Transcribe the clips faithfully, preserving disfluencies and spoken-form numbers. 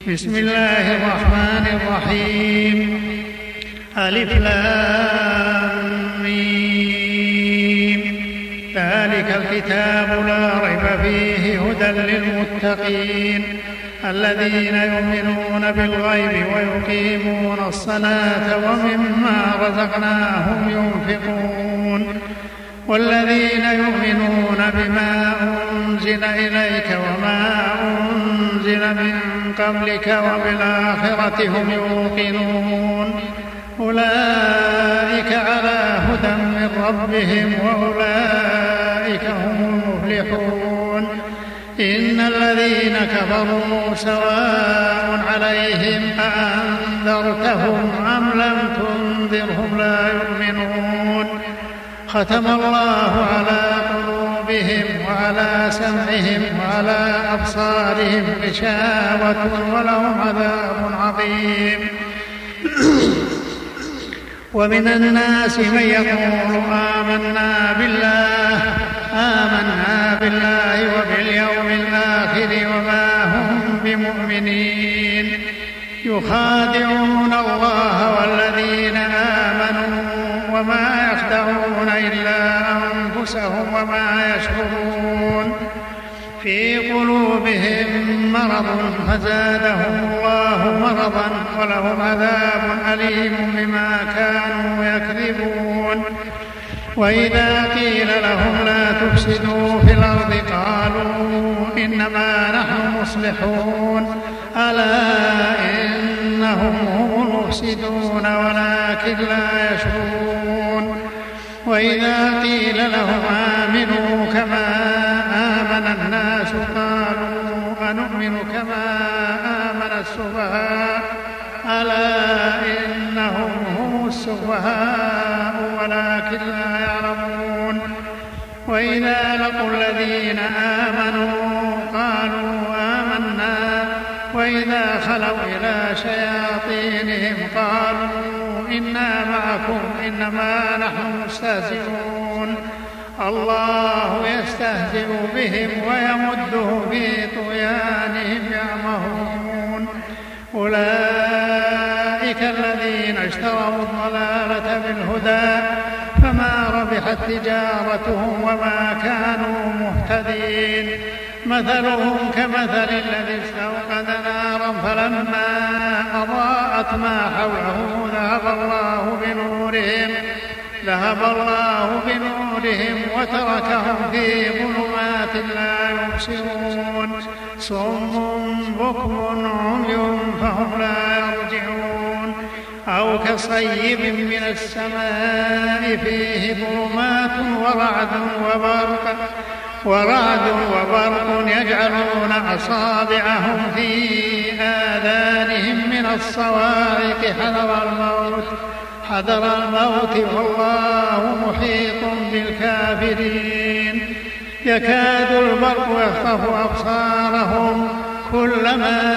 بسم الله الرحمن الرحيم. ألف لام ميم. ذلك الكتاب لا ريب فيه هدى للمتقين الذين يؤمنون بالغيب ويقيمون الصلاة ومما رزقناهم ينفقون والذين يؤمنون بما أنزل إليك وما أنزل من قبلك وبالآخرة هم يوقنون أولئك على هدى من ربهم وأولئك هم المفلحون. إن الذين كفروا سواء عليهم أأنذرتهم أم لم تنذرهم لا يؤمنون. ختم الله على قلوبهم وعلى سمعهم وعلى أبصارهم غشاوة ولهم عذاب عظيم. ومن الناس من يقول آمنا بالله آمنا بالله وباليوم الآخر وما هم بمؤمنين يخادعون الله والذين آمنوا وما يخدعون إلا أنفسهم وما يشعرون. في قلوبهم مرض فزادهم الله مرضا ولهم عذاب أليم بما كانوا يكذبون. وإذا قيل لهم لا تفسدوا في الأرض قالوا إنما نحن مصلحون ألا إنهم هم المفسدون ولكن لا يشعرون. وإذا قيل لهم آمنوا كما آمن الناس قالوا أنؤمن كما آمن السفهاء ألا إنهم هم السفهاء ولكن لا يعلمون. وإذا لقوا الذين آمنوا قالوا آمنا وإذا خلوا إلى شياطينهم قالوا إنا معكم إنما نحن مستهزئون. الله يستهزئ بهم ويمدهم في طغيانهم يعمهون. أولئك الذين اشتروا الضلالة بالهدى فما ربحت تجارتهم وما كانوا مهتدين. مثلهم كمثل الذي استوقد نارا فلما أضاءت ما حوله ذهب الله بنورهم ذهب الله بنورهم وتركهم في ظلمات لا يبصرون. صم بكم عمي فهم لا يرجعون. أو كصيب من السماء فيه ظلمات ورعد وبرق ورعد وبرق يجعلون أصابعهم في آذانهم من الصواعق حذر الموت حذر الموت والله محيط بالكافرين. يكاد البرق يخطف أبصارهم كلما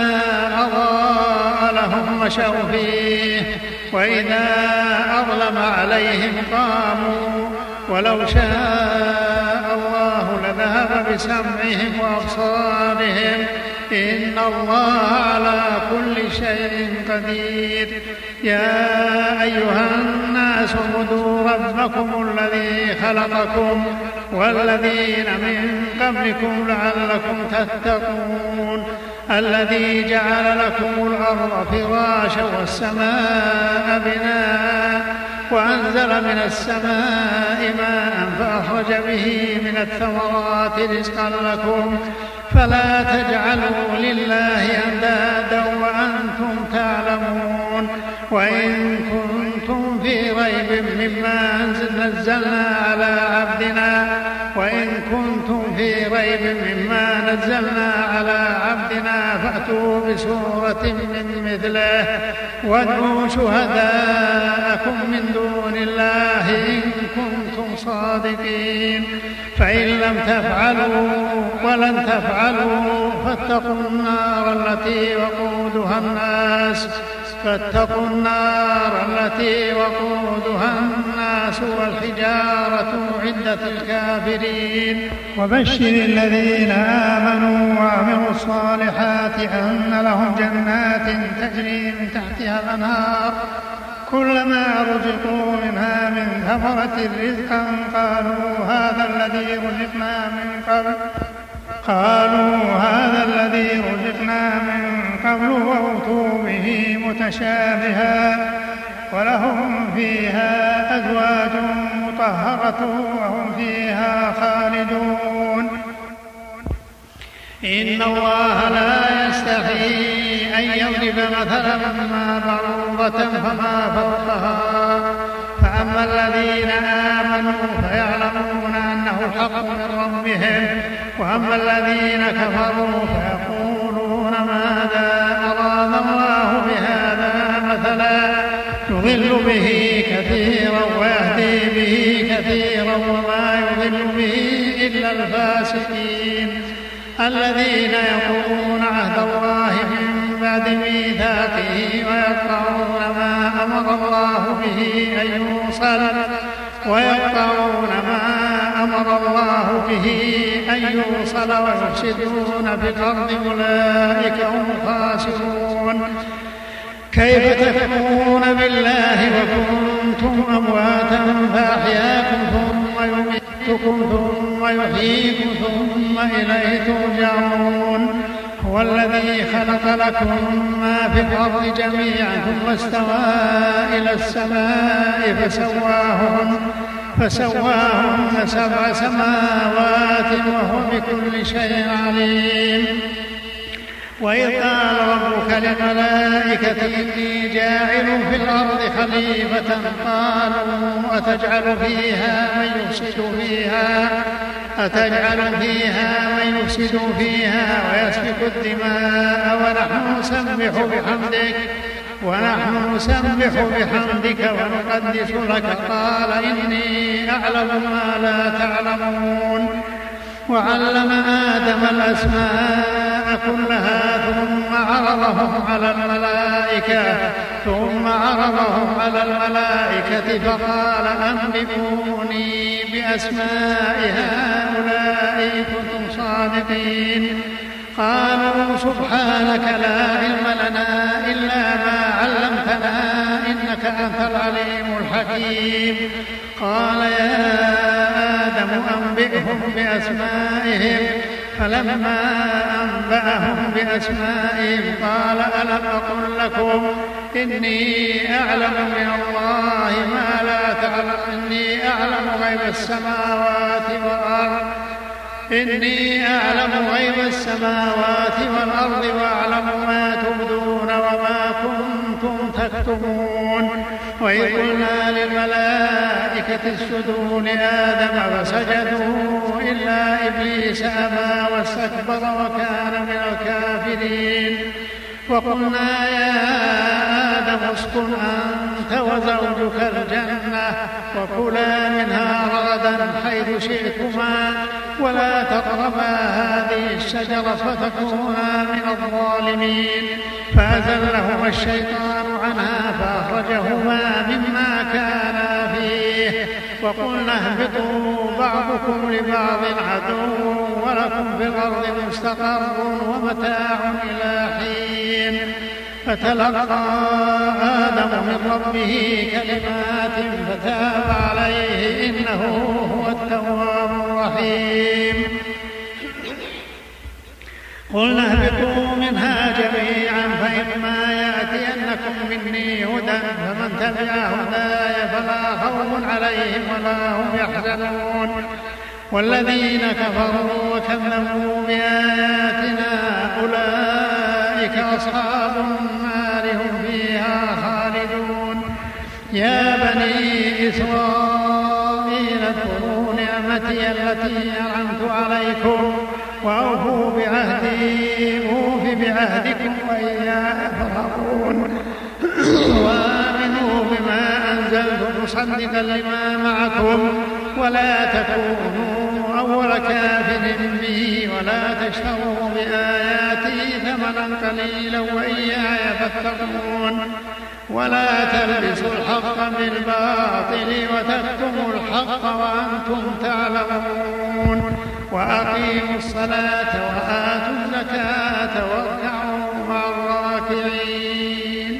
أضاء لهم مشوا فيه وإذا أظلم عليهم قاموا ولو شاء الله لذهب بسمعهم وأبصارهم إن الله على كل شيء قدير. يا أيها الناس اعبدوا ربكم الذي خلقكم والذين من قبلكم لعلكم تتقون. الذي جعل لكم الأرض فراشا والسماء بناء وأنزل من السماء ماء فأخرج به من الثمرات رزقا لكم فلا تجعلوا لله أندادا وأنتم تعلمون. وإن كنتم في ريب مما نزلنا على عبدنا وإن كنتم في ريب مما نزلنا على عبدنا فأتوا بسورة من مثله وادعوا شهداءكم من دون الله إن كنتم صادقين. فإن لم تفعلوا ولن تفعلوا فاتقوا النار التي وقودها الناس فاتقوا النار التي وقودها الناس والحجارة أعدت للكافرين. وبشر الذين آمنوا وعملوا الصالحات أن لهم جنات تجري من تحتها الأنهار كلما رزقوا منها من ثمرة رزقا قالوا هذا الذي رزقنا من قبل قالوا هذا الذي رزقنا من قبل وأتوا به متشابها ولهم فيها أزواج مطهرة وهم فيها خالدون. إن الله لا يستحيي أن يضرب مثلا ما بعوضة فما فوقها فأما الذين آمنوا فيعلمون أنه الحق من ربهم وأما الذين كفروا فيقولون ماذا أراد الله بهذا مثلا يضل به كثيرا ويهدي به كثيرا وما يضل به إلا الفاسقين الذين يقولون عهد الله من بعد ميثاقه ويقطعون ما أمر الله به أن يوصل ويقطعون ما أمر الله به أن يوصل ويفسدون في الأرض أولئك هم الخاسرون. كيف تكفرون بالله وكنتم أمواتا فأحياكم ثم يميتكم ثم يحييكم ثم إليه ترجعون. هو الذي خلق لكم ما في الأرض جميعا ثم استوى إلى السماء فسواهن فسواهن سبع سماوات وهو بكل شيء عليم. وإذ قال ربك للملائكة إني جاعل في الأرض خليفة قالوا أتجعل فيها من يفسد فيها أتجعل فيها من يفسد فيها ويسفك الدماء ونحن نسبح بحمدك ونحن نسبح بحمدك ونقدس لك قال إني أعلم ما لا تعلمون. وعلم آدم الأسماء كلها ثم عرضهم على الملائكة ثم عرضهم على الملائكة فقال أنبئوني بأسماء هؤلاء إن كنتم صادقين. قالوا سبحانك لا علم لنا إلا ما علمتنا إنك أنت العليم الحكيم. قال يا آدم أنبئهم بأسمائهم فلما أنبأهم بأسمائهم قال ألم أقل لكم إني أعلم من الله ما لا تعلم إني أعلم غيب السماوات والأرض إني أعلم غيب السماوات والأرض وأعلم ما تبدون وما كنتم تكتمون. وإذ قلنا للملائكة اسجدوا لآدم فسجدوا إلا إبليس أبى واستكبر وكان من الكافرين. وقلنا يا آدم اسكن أنت وزوجك الجنة وكلا منها رغدا حيث شئتما ولا تقربا هذه الشجرة فتكونا من الظالمين. فأزلهما الشيطان عنها فأخرجهما مما كانا فيه وقلنا اهبطوا بعضكم لبعض عدو ولكم في الأرض مستقر ومتاع إلى حين. فتلقى آدم من ربه كلمات فتاب عليه إنه هو التواب الرحيم. قلنا اهبطوا منها جميعا فإما يأتينكم مني هدى فمن تبع هداي فلا خوف عليهم ولا هم يحزنون. والذين كفروا وكذبوا بآياتنا أولئك أصحاب النار هم فيها خالدون. يا بني إسرائيل اذكروا نعمتي التي أنعمت عليكم وأوفوا بعهدي أوف بعهدكم وإياي فارهبون. وآمنوا بما أنزلت مصدقا لما معكم ولا تكونوا أول كافر به ولا تشتروا بآياتي ثمنا قليلا وإياي فاتقون. ولا تلبسوا الحق بالباطل وتكتموا الحق وأنتم تعلمون وأقيموا الصلاة وآتوا الزكاة واركعوا مع الراكعين.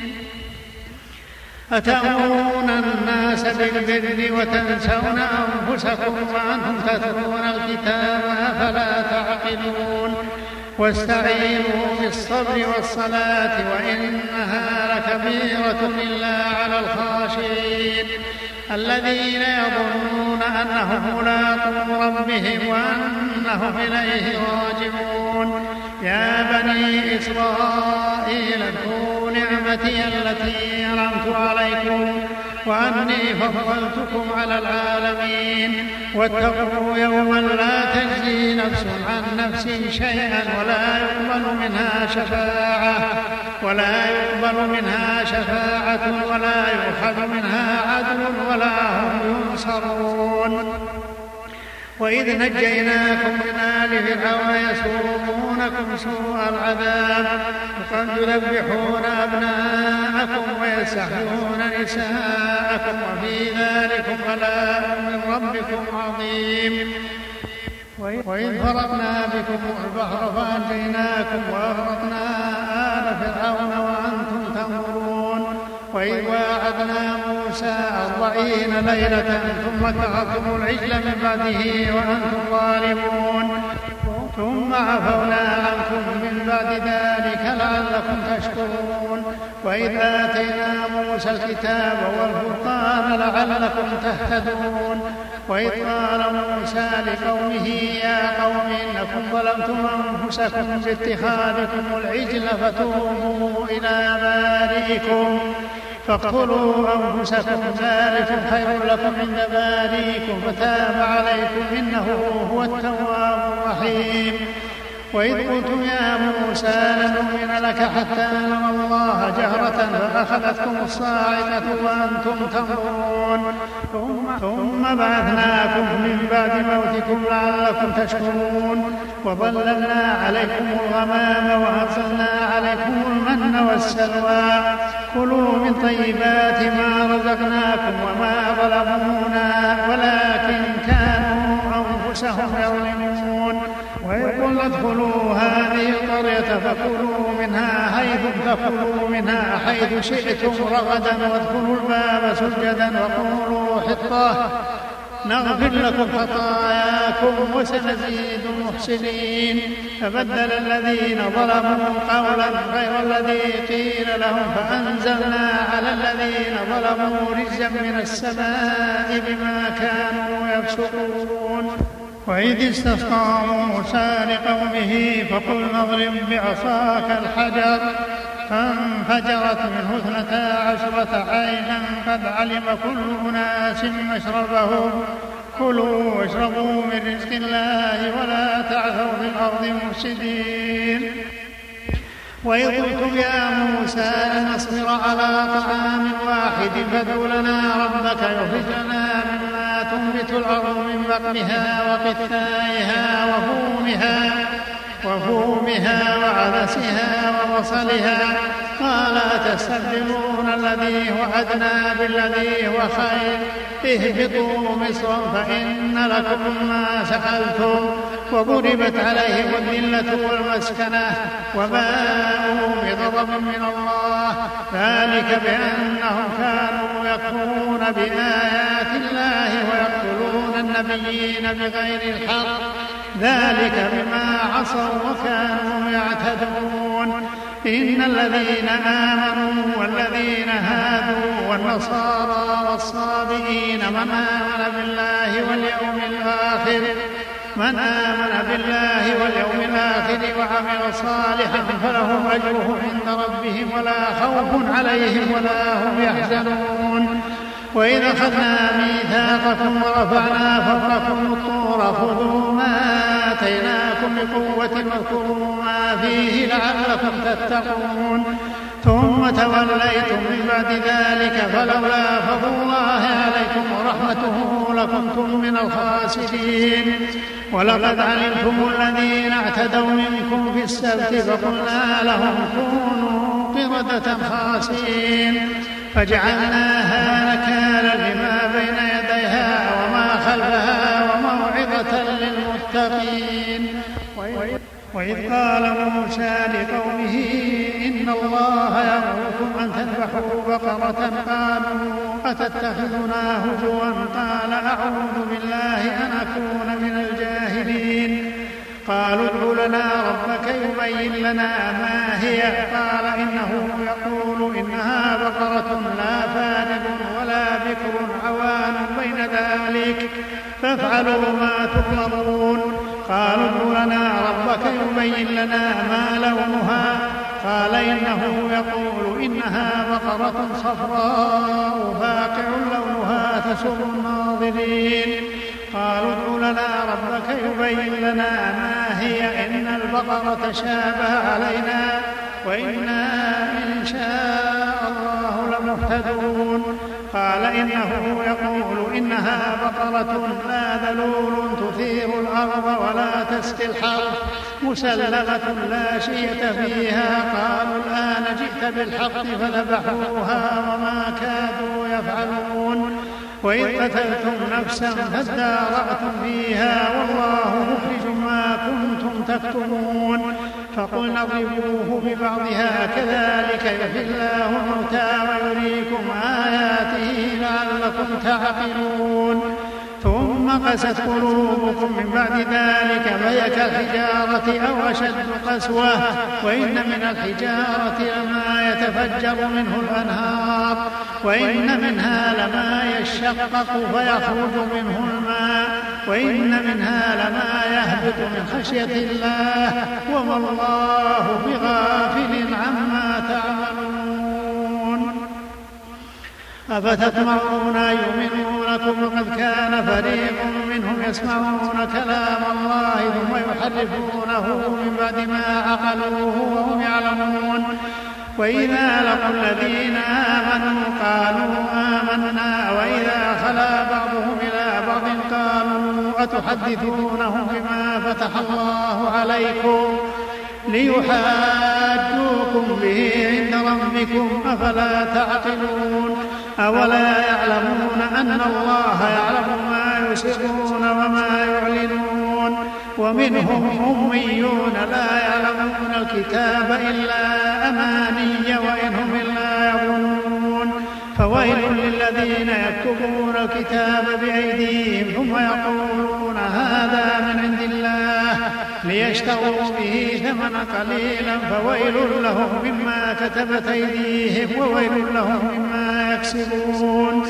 أتأمرون الناس بالبر وتنسون أنفسكم وأنتم تتلون الكتاب أفلا تعقلون واستعينوا بالصبر والصلاة وإنها لكبيرة إلا على الخاشعين الذين يظنون أنهم ملاقو ربهم وأنهم إليه راجعون. يا بني إسرائيل اذكروا نعمتي التي أنعمت عليكم وأني فضلتكم على العالمين واتقوا يوما لا تجزي نفس عن نفس شيئا ولا يقبل منها شفاعة ولا يقبل منها شفاعة ولا يؤخذ منها عدل ولا هم ينصرون. وإذ نجيناكم من آل فرعون يسومونكم سوء العذاب وقد يذبحون أبناءكم ويستحيون نساءكم وفي ذلكم بلاء من ربكم عظيم. وإذ فرقنا بكم البحر فأنجيناكم وأغرقنا آل فرعون وأنتم تنظرون. وإذ واعدنا موسى أربعين ليلة ثم اتخذتم العجل من بعده وأنتم ظالمون ثم عفونا عنكم من بعد ذلك لعلكم تشكرون. وإذ آتينا موسى الكتاب والفرقان لعلكم تهتدون. وإذ قال موسى لقومه يا قوم إنكم ظلمتم أنفسكم باتخاذكم العجل فتوبوا إلى بارئكم فاقتلوا أنفسكم ذلكم خير لكم عند بارئكم فتاب عليكم إنه هو التواب الرحيم. وإذ قلتم يا موسى لن نؤمن لك حتى نرى الله جهرة فأخذتكم الصاعقة وأنتم تنظرون ثم بعثناكم من بعد موتكم لعلكم تشكرون. وظللنا عليكم الغمام وأرسلنا عليكم المن والسلوى كلوا من طيبات ما رزقناكم وما ظلمونا ولكن كانوا أنفسهم يظلمون. وإذ قلنا ادخلوا هذه القرية فكلوا منها حيث فكلوا منها حيث شئتم رغدا وادخلوا الباب سجدا وقولوا حطة نغفر لكم خطاياكم وسنزيد المحسنين. فبدل الذين ظلموا قولا غير الذي قيل لهم فأنزلنا على الذين ظلموا رجزا من السماء بما كانوا يفسقون. وإذ استسقى موسى لقومه فقلنا اضرب بعصاك الحجر فانفجرت منه اثنتا عشرة عينا قد علم كل أناس مشربهم كلوا واشربوا من رزق الله ولا تعثوا في الأرض مفسدين. وإذ قلتم يا موسى لن نصبر على طعام واحد فادع لنا ربك يخرج لنا مما تنبت الأرض من بقلها وقثائها وفومها وفومها وعدسها وبصلها قال أتستبدلون الذي هو أدنى بالذي هو خير اهبطوا مصرا فإن لكم ما سألتم وضربت عليهم الذلة والمسكنة وباءوا بغضب من الله ذلك بأنهم كانوا يكفرون بآيات الله ويقتلون النبيين بغير الحق ذلك بما عصوا وكانوا يعتدون. إن الذين آمنوا والذين هادوا والنصارى والصابئين من آمن بالله واليوم الآخر من آمن بالله واليوم الآخر وعمل صالحا فلهم أجرهم عند ربهم ولا خوف عليهم ولا هم يحزنون. وإذا أخذنا ميثاقكم ورفعنا فوقكم الطور خذوا ما آتيناكم بقوة واذكروا ما فيه لعلكم تتقون. ثم ثم توليتم من بعد ذلك فلولا فضل الله عليكم ورحمته لكنتم من الخاسرين. ولقد علمتم الذين اعتدوا منكم في السبت فقلنا لهم كونوا قردة خاسئين فجعلناها نكالا لما بين يديها وما خلفها وموعظة للمتقين. وإذ قال موسى لقومه إن الله يأمركم أن تذبحوا بقرة قالوا أتتخذنا هزوا قال أعوذ بالله أن أكون من الجاهلين. قالوا ادع لنا ربك يبين لنا ما هي قال إنه يقول إنها بقرة لا فارغ ولا بكر عوان بين ذلك فافعلوا ما تؤمرون. قالوا ادع لنا ربك يبين لنا ما لونها قال إنه يقول إنها بقرة صفراء فاقع لونها تسر الناظرين. قالوا ادع لنا ربك يبين لنا ما هي إن البقرة شابه علينا وإنا إن شاء الله لمهتدون. قال إنه يقول إنها بقرة لا ذلول تثير الأرض ولا تسقي الحرث مسلمة لا شية فيها. قالوا الآن جئت بالحق فذبحوها وما كادوا يفعلون. وإذ قتلتم نفسا فادارأتم فيها والله مخرج ما كنتم تكتمون. فقلنا اضربوه ببعضها كذلك يحيي الله الموتى ويريكم آياته لعلكم تعقلون. ثم قست قلوبكم من بعد ذلك فهي كالحجارة أو أشد قسوة وإن من الحجارة لما يتفجر منه الأنهار وإن منها لما يشقق فيخرج منه الماء وإن منها لما يهبط من خشية الله وما الله بغافل عما تعملون. أفتطمعون أن يؤمنوا لكم وقد كان فريق منهم يسمعون كلام الله ثم يحرفونه من بعد ما عقلوه وهم يعلمون. وإذا لقوا الذين آمنوا قالوا آمنا وإذا خلا بعضهم إلى بعض قالوا أتحدثونهم بما فتح الله عليكم ليحاجوكم به عند ربكم أفلا تعقلون. أولا يعلمون أن الله يعلم ما يسرون وما يعلنون. ومنهم أميون لا يعلمون الكتاب إلا أماني وإن هم إلا يظنون. فويل للذين يكتبون الكتاب بأيديهم ثم يقولون هذا من عند الله ليشتروا به ثمنا قليلا فويل لهم مما كتبت أيديهم وويل لهم مما يكسبون.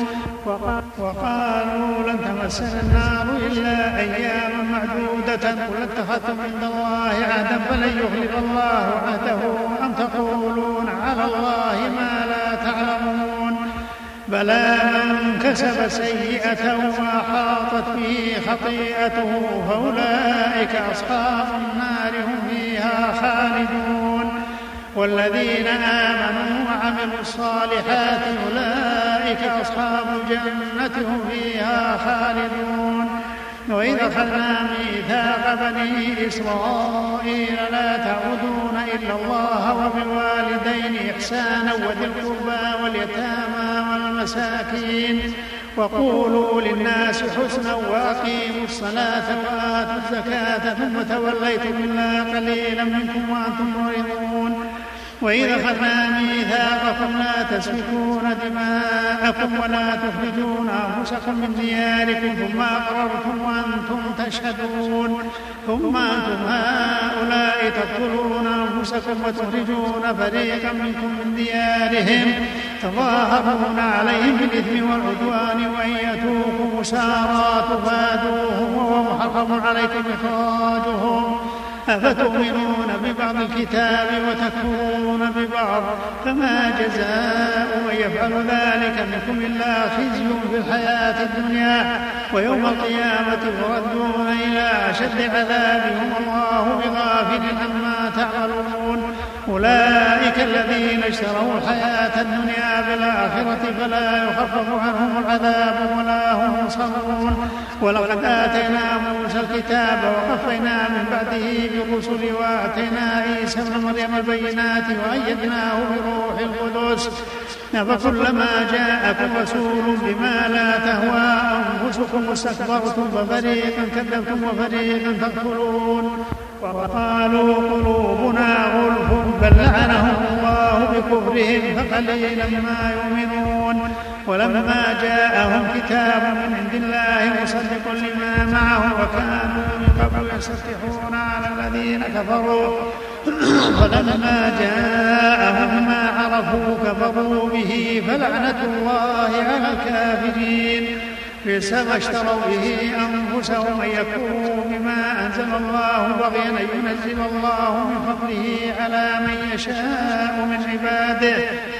وقالوا لن تمسنا النار إلا أياما معدودة قل اتخذتم عند الله عهدا فلن يخلف الله عهده أم تقولون على الله ما لا تعلمون. بلى من كسب سيئة وأحاطت به خطيئته فأولئك أصحاب النار هم فيها خالدون. والذين آمنوا وعملوا الصالحات أولئك أصحاب الجنة هم فيها خالدون. وإذ أخذنا ميثاق بني إسرائيل لا تعبدون إلا الله وبالوالدين إحسانا وذي القربى واليتامى والمساكين وقولوا للناس حسنا وأقيموا الصلاة وآتوا الزكاة ثم توليتم إلا قليلا منكم وأنتم معرضون. وإذا أخذنا ميثاقكم لا تسفكون دماءكم ولا تخرجون أنفسكم من دياركم ثم أقررتم وأنتم تشهدون. ثم أنتم هؤلاء تقتلون أنفسكم وتخرجون فريقا منكم من ديارهم تظاهرون عليهم بالإثم والعدوان وإن يأتوكم أسارى تفادوهم وهو محرم عليكم إخراجهم. أفتؤمنون ببعض الكتاب وتكفرون ببعض فما جزاء من يفعل ذلك منكم إلا خزي في الحياة الدنيا ويوم القيامة يردون إلى أشد عذاب والله بغافل عما تعملون. أولئك الذين اشتروا الحياة الدنيا بالآخرة فلا يخفف عنهم العذاب ولا هم ينصرون. ولقد آتينا موسى الكتاب وقفينا من بعده بالرسل وآتينا عيسى ابن مريم البينات وأيدناه بروح القدس فكلما جاءكم رسول بما لا تهوى أنفسكم استكبرتم ففريقا كذبتم وفريقا تقتلون. وقالوا قلوبنا غلف بل لعنهم الله بكفرهم فقليلا ما يؤمنون. ولما جاءهم كتاب من عند الله مصدق لما معهم وكانوا من قبل يستفتحون على الذين كفروا فلما جاءهم ما عرفوا كفروا به فلعنة الله على الكافرين. بئس ما اشتروا به أنفسهم أن يكفروا بما أنزل الله بغيا أن ينزل الله من فضله على من يشاء من عباده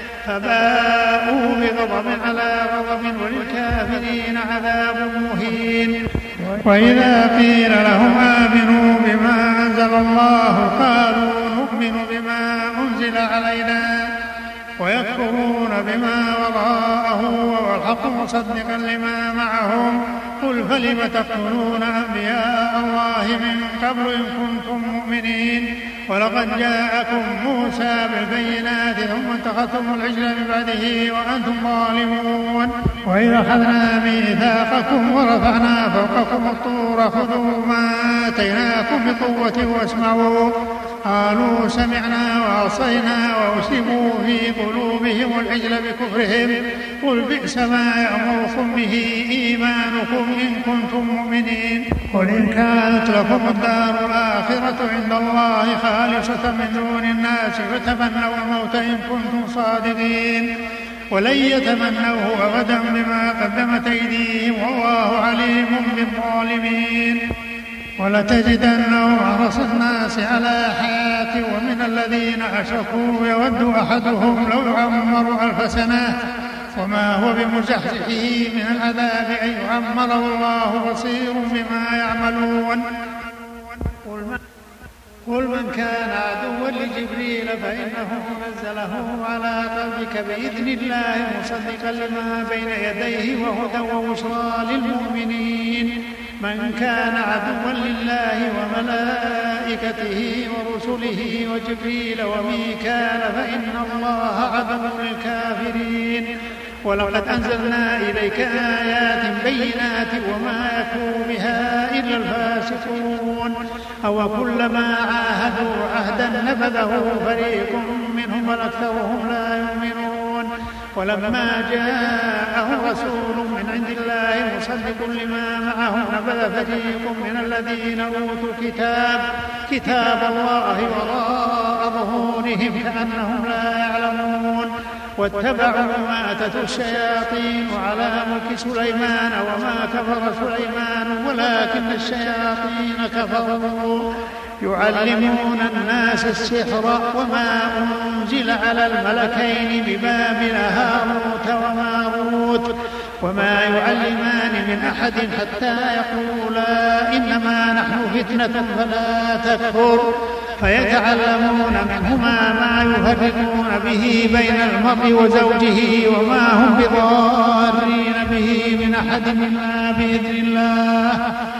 فباءوا بغضب على غضب وللكافرين عذاب مهين. وإذا قيل لهم آمنوا بما أنزل الله قالوا نؤمن بما أنزل علينا ويكفرون بما وراءه وهو الحق مصدقا لما معهم قل فلم تقتلون أنبياء الله من قبل إن كنتم مؤمنين ولقد جاءكم موسى بالبينات ثم اتخذتم العجل من بعده وأنتم ظالمون. وإذا أخذنا ميثاقكم ورفعنا فوقكم الطور خذوا ما آتيناكم بقوة واسمعوا قالوا سمعنا وعصينا وأشربوا في قلوبهم العجل بكفرهم قل بئس ما يأمركم به إيمانكم إن كنتم مؤمنين. قل إن كانت لكم الدار الآخرة عند الله خالصة من دون الناس فتمنوا الموت إن كنتم صادقين ولن يتمنوه أبدا بما قدمت أيديهم والله عليم بالظالمين. ولتجدنهم أحرص الناس على حياة ومن الذين أشركوا يود أحدهم لو يعمر ألف سنة وما هو بمزحزحه من العذاب أن يعمره الله بصير بما يعملون. قل من كان عدوا لجبريل فإنه نزله على قلبك بإذن الله مصدقا لما بين يديه وهدى وبشرى للمؤمنين. من كان عدوا لله وملائكته ورسله وجبريل وميكال فإن الله عدو للكافرين. ولقد أنزلنا إليك آيات بينات وما يكفر بها إلا الفاسقون أو كلما عاهدوا عهدا نبذه فريق منهم بل أكثرهم لا يؤمنون. ولما جاءهم رسول من عند الله مصدق لما معهم نبذ فريق من الذين أوتوا الكتاب كتاب الله وراء ظهورهم كأنهم لا يعلمون واتبعوا ما تتلو الشياطين على ملك سليمان وما كفر سليمان ولكن الشياطين كفروا يعلمون الناس السحر وما أنزل على الملكين ببابل هاروت وماروت وما يعلمان من أحد حتى يقولا إنما نحن فتنة فلا تكفر فيتعلمون منهما ما يفرقون به بين المرء وزوجه وما هم بضارين به من أحد إلا بإذن الله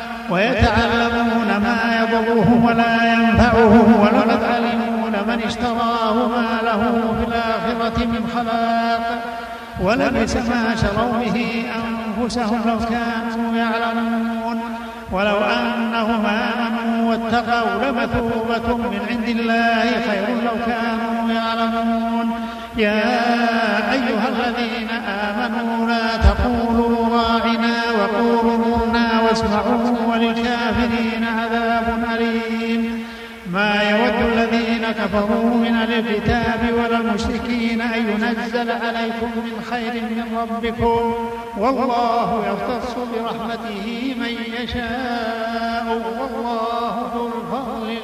ويتعلمون ما يضره ولا ينفعه ولقد علمون من اشتراه ما له في الآخرة من خلاق ولبئس ما شروا به أنفسهم لو كانوا يعلمون. ولو أنهم آمنوا واتقوا لمثوبة من عند الله خير لو كانوا يعلمون. يا أيها الذين آمنوا لا تقولوا راعنا وقولوا انظرنا واسمعوا وللكافرين عذاب أليم. ما يود الذين كفروا من أهل الكتاب ولا المشركين أن ينزل عليكم من خير من ربكم والله يختص برحمته من يشاء والله ذو الفضل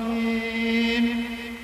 العظيم.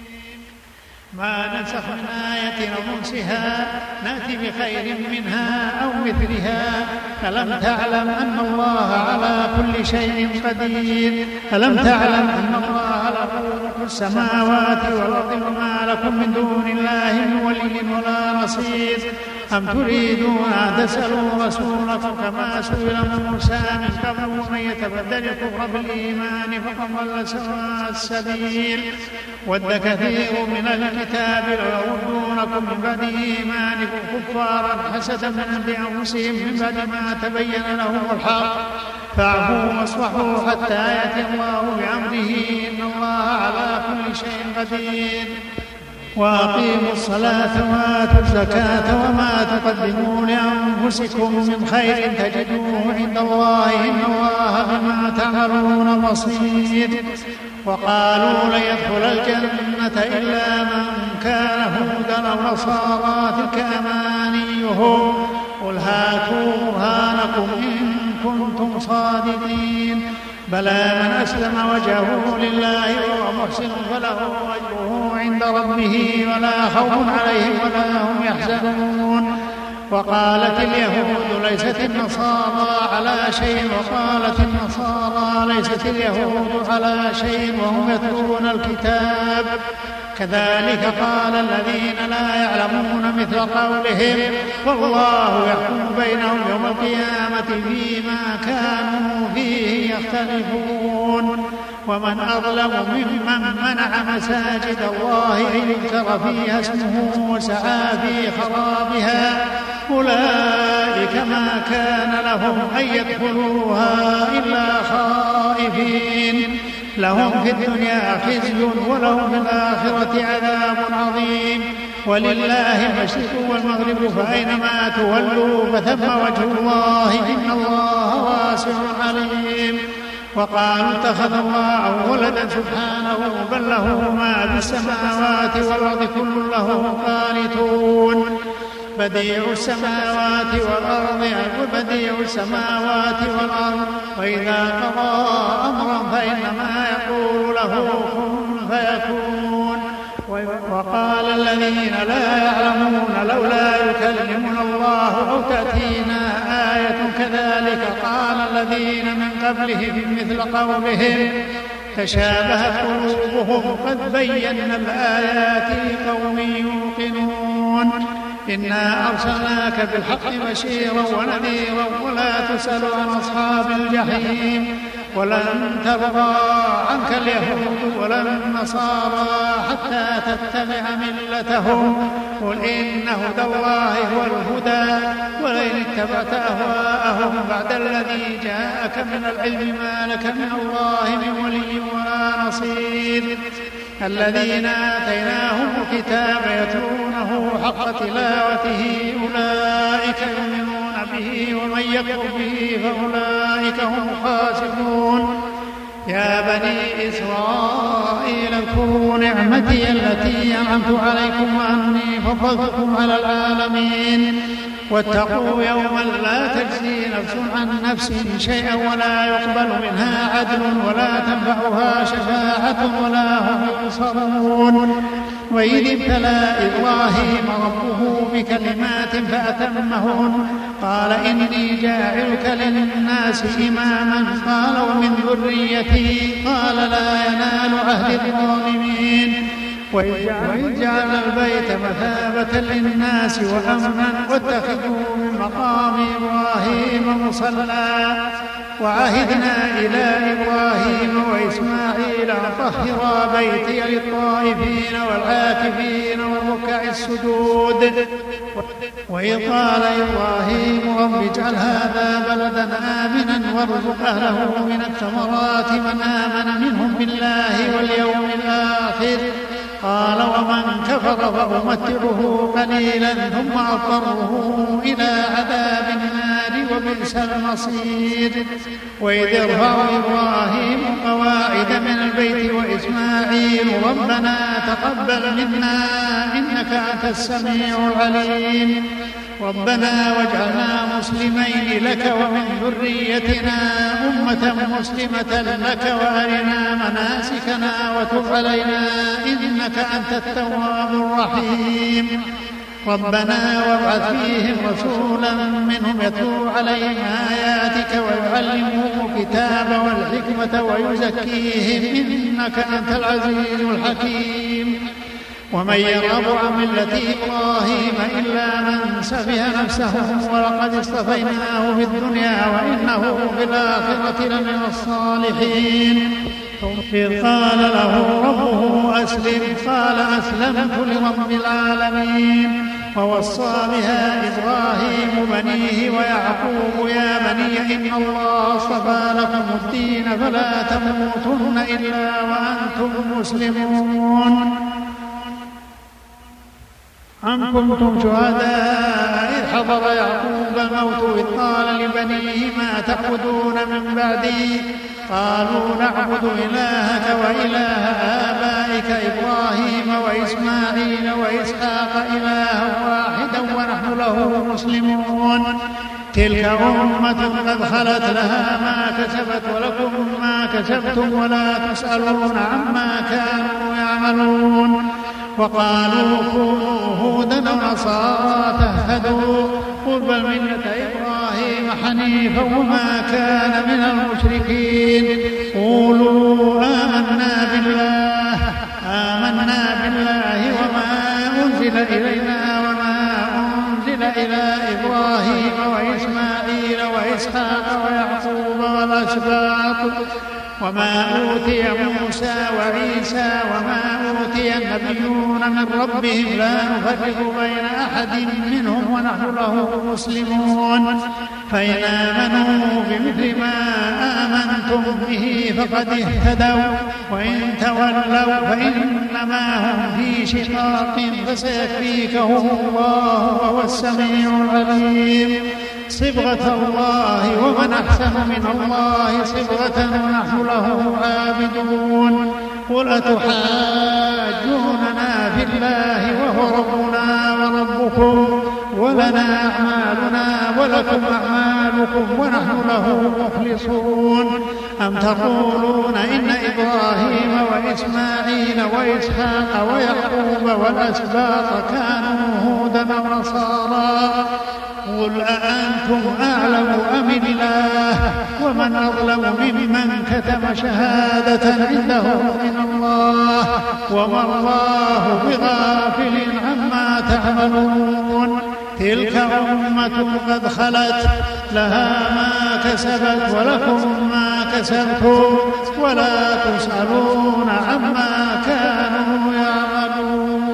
ما ننسخ من آية أو ننسها نأتي بخير منها أو مثلها ألم تعلم أن الله على كل شيء قدير ألم تعلم أن الله له السماوات والأرض وما لكم من دون الله من ولي ولا نصير أم تريدون أن تسألوا رسولكم كما سئل موسى من قبل ومن يتبدل الكفر بالإيمان فقد ضل سواء السبيل ود كثير من الكتاب لو يردونكم من بعد إيمانكم كفارا حسدا من عند أنفسهم من بعد ما تبين لهم الحق فاعفوا واصفحوا حتى يأتي الله بأمره إن الله على كل شيء قدير وأقيموا الصلاة وآتوا الزكاة وما تقدموا لأنفسكم من خير تجدوه عند الله إن الله بما تعملون بصير وقالوا لن يدخل الجنة إلا من كان هودا أو نصارى تلك أمانيهم قل هاتوا برهانكم إن كنتم صادقين بلى من أسلم وجهه لله وهو محسن فله أجره عند ربه ولا خوف عليهم ولا هم يحزنون وقالت اليهود ليست النصارى على شيء وقالت النصارى ليست اليهود على شيء وهم يتلون الكتاب كذلك قال الذين لا يعلمون مثل قولهم والله يحكم بينهم يوم القيامة فيما كانوا فيه يختلفون ومن أظلم ممن منع مساجد الله أن يذكر فيها اسمه وسعى في خرابها أولئك ما كان لهم أن يدخلوها إلا خائفين لهم في الدنيا خزي ولهم في الآخرة عذاب عظيم ولله المشرق والمغرب فأينما تولوا فثم وجه الله إن الله واسع عليم وقالوا اتخذ الله ولدا سبحانه بل له ما في السماوات والأرض كل له قانتون بديع السماوات والأرض وبديع السماوات والأرض وإذا قضى أمرا فإنما يقول له كن فيكون وقال الذين لا يعلمون لولا يكلمنا الله أو تأتينا آية كذلك قال الذين من قبلهم مثل قولهم تشابهت قلوبهم قد بينا الآيات لقوم يوقنون إنا أرسلناك بالحق بشيرا ونذيرا ولا تسأل عن أصحاب الجحيم ولن ترضى عنك اليهود ولا النصارى حتى تتبع ملتهم قل إن هدى الله هو الهدى ولئن اتبعت أهواءهم بعد الذي جاءك من العلم ما لك من الله من ولي ولا نصير الذين آتيناهم الكتاب يتلونه حق تلاوته أولئك يؤمنون به ومن يكفر به فأولئك هم الخاسرون يا بني إسرائيل اذكروا نعمتي التي أنعمت عليكم وأني فضلتكم على العالمين واتقوا يوما لا تجزي نفس عن نفس شيئا ولا يقبل منها عدل ولا تنفعها شفاعة ولا هم ينصرون وإذ ابتلى إبراهيم ربه بكلمات فأتمهن قال إني جاعلك للناس إماما قال ومن ذريتي قال لا ينال عهد الظالمين وإذ جعل البيت مثابة للناس وأمنا واتخذوا من مقام إبراهيم مصلى وعهدنا إلى إبراهيم وإسماعيل أن طهرا بيتي للطائفين والعاكفين والركع السجود وإذ قال إبراهيم رب اجعل هذا بلدا آمنا وارزق أهله من الثمرات من آمن منهم بالله واليوم الآخر قال ومن كفر فأمتعه قليلا ثم أضطره إلى عذاب النار وبئس المصير وإذ يرفع إبراهيم قواعد من البيت وإسماعيل ربنا تقبل منا إنك أنت السميع العليم ربنا واجعلنا مسلمين لك ومن ذريتنا أمة مسلمة لك وأرنا مناسكنا وتب علينا إنك أنت التواب الرحيم ربنا وابعث فيهم رسولا منهم يتلو عليهم آياتك ويعلمهم الكتاب والحكمة ويزكيهم إنك أنت العزيز الحكيم. ومن يرغب عن ملة إبراهيم إلا من سفه نفسه ولقد اصطفيناه في الدنيا وإنه في الآخرة لمن الصالحين. إذ قال له ربه أسلم قال أسلمت لرب العالمين. ووصى بها إبراهيم بنيه ويعقوب يا بني إن الله اصطفى لكم الدين فلا تموتن إلا وأنتم مسلمون. أم كنتم شهداء إذ حضر يعقوب الموت إذ قال لبنيه ما تعبدون من بعدي قالوا نعبد إلهك وإله آبائك إبراهيم وإسماعيل وإسحاق إلها واحدا ونحن له مسلمون. تلك أمة قد خلت لها ما كسبت ولكم ما كسبتم ولا تسألون عما كانوا يعملون. وقالوا كونوا هودا ونصارى تهتدوا قل بل ملة إبراهيم حنيفا وما كان من المشركين. قولوا آمنا بالله آمنا بالله وما أنزل إلينا وما أنزل إلى إبراهيم وإسماعيل وإسحاق ويعقوب والأسباط وما أوتي موسى وعيسى وما أوتي النبيون من ربهم لا نفرق بين أحد منهم ونحن له مسلمون. فإن آمنوا بمثل ما آمنتم به فقد اهتدوا وإن تولوا فإنما هم في شقاق فسيكفيكهم الله وهو السميع العليم. صبغة الله ومن أحسن من الله صبغة ونحن له عابدون. قل أتحاجوننا في الله وهو ربنا وربكم ولنا أعمالنا ولكم أعمالكم ونحن له مخلصون. أم تقولون إن إبراهيم وإسماعيل وإسحاق ويعقوب والأسباط كانوا هودا ونصارى قل أأنتم أعلم أم الله ومن أظلم ممن كتم شهادة عنده من الله وما الله بغافل عما تعملون. تلك أمة قد خلت لها ما كسبت ولكم ما كسبتم ولا تسألون عما كانوا يعملون.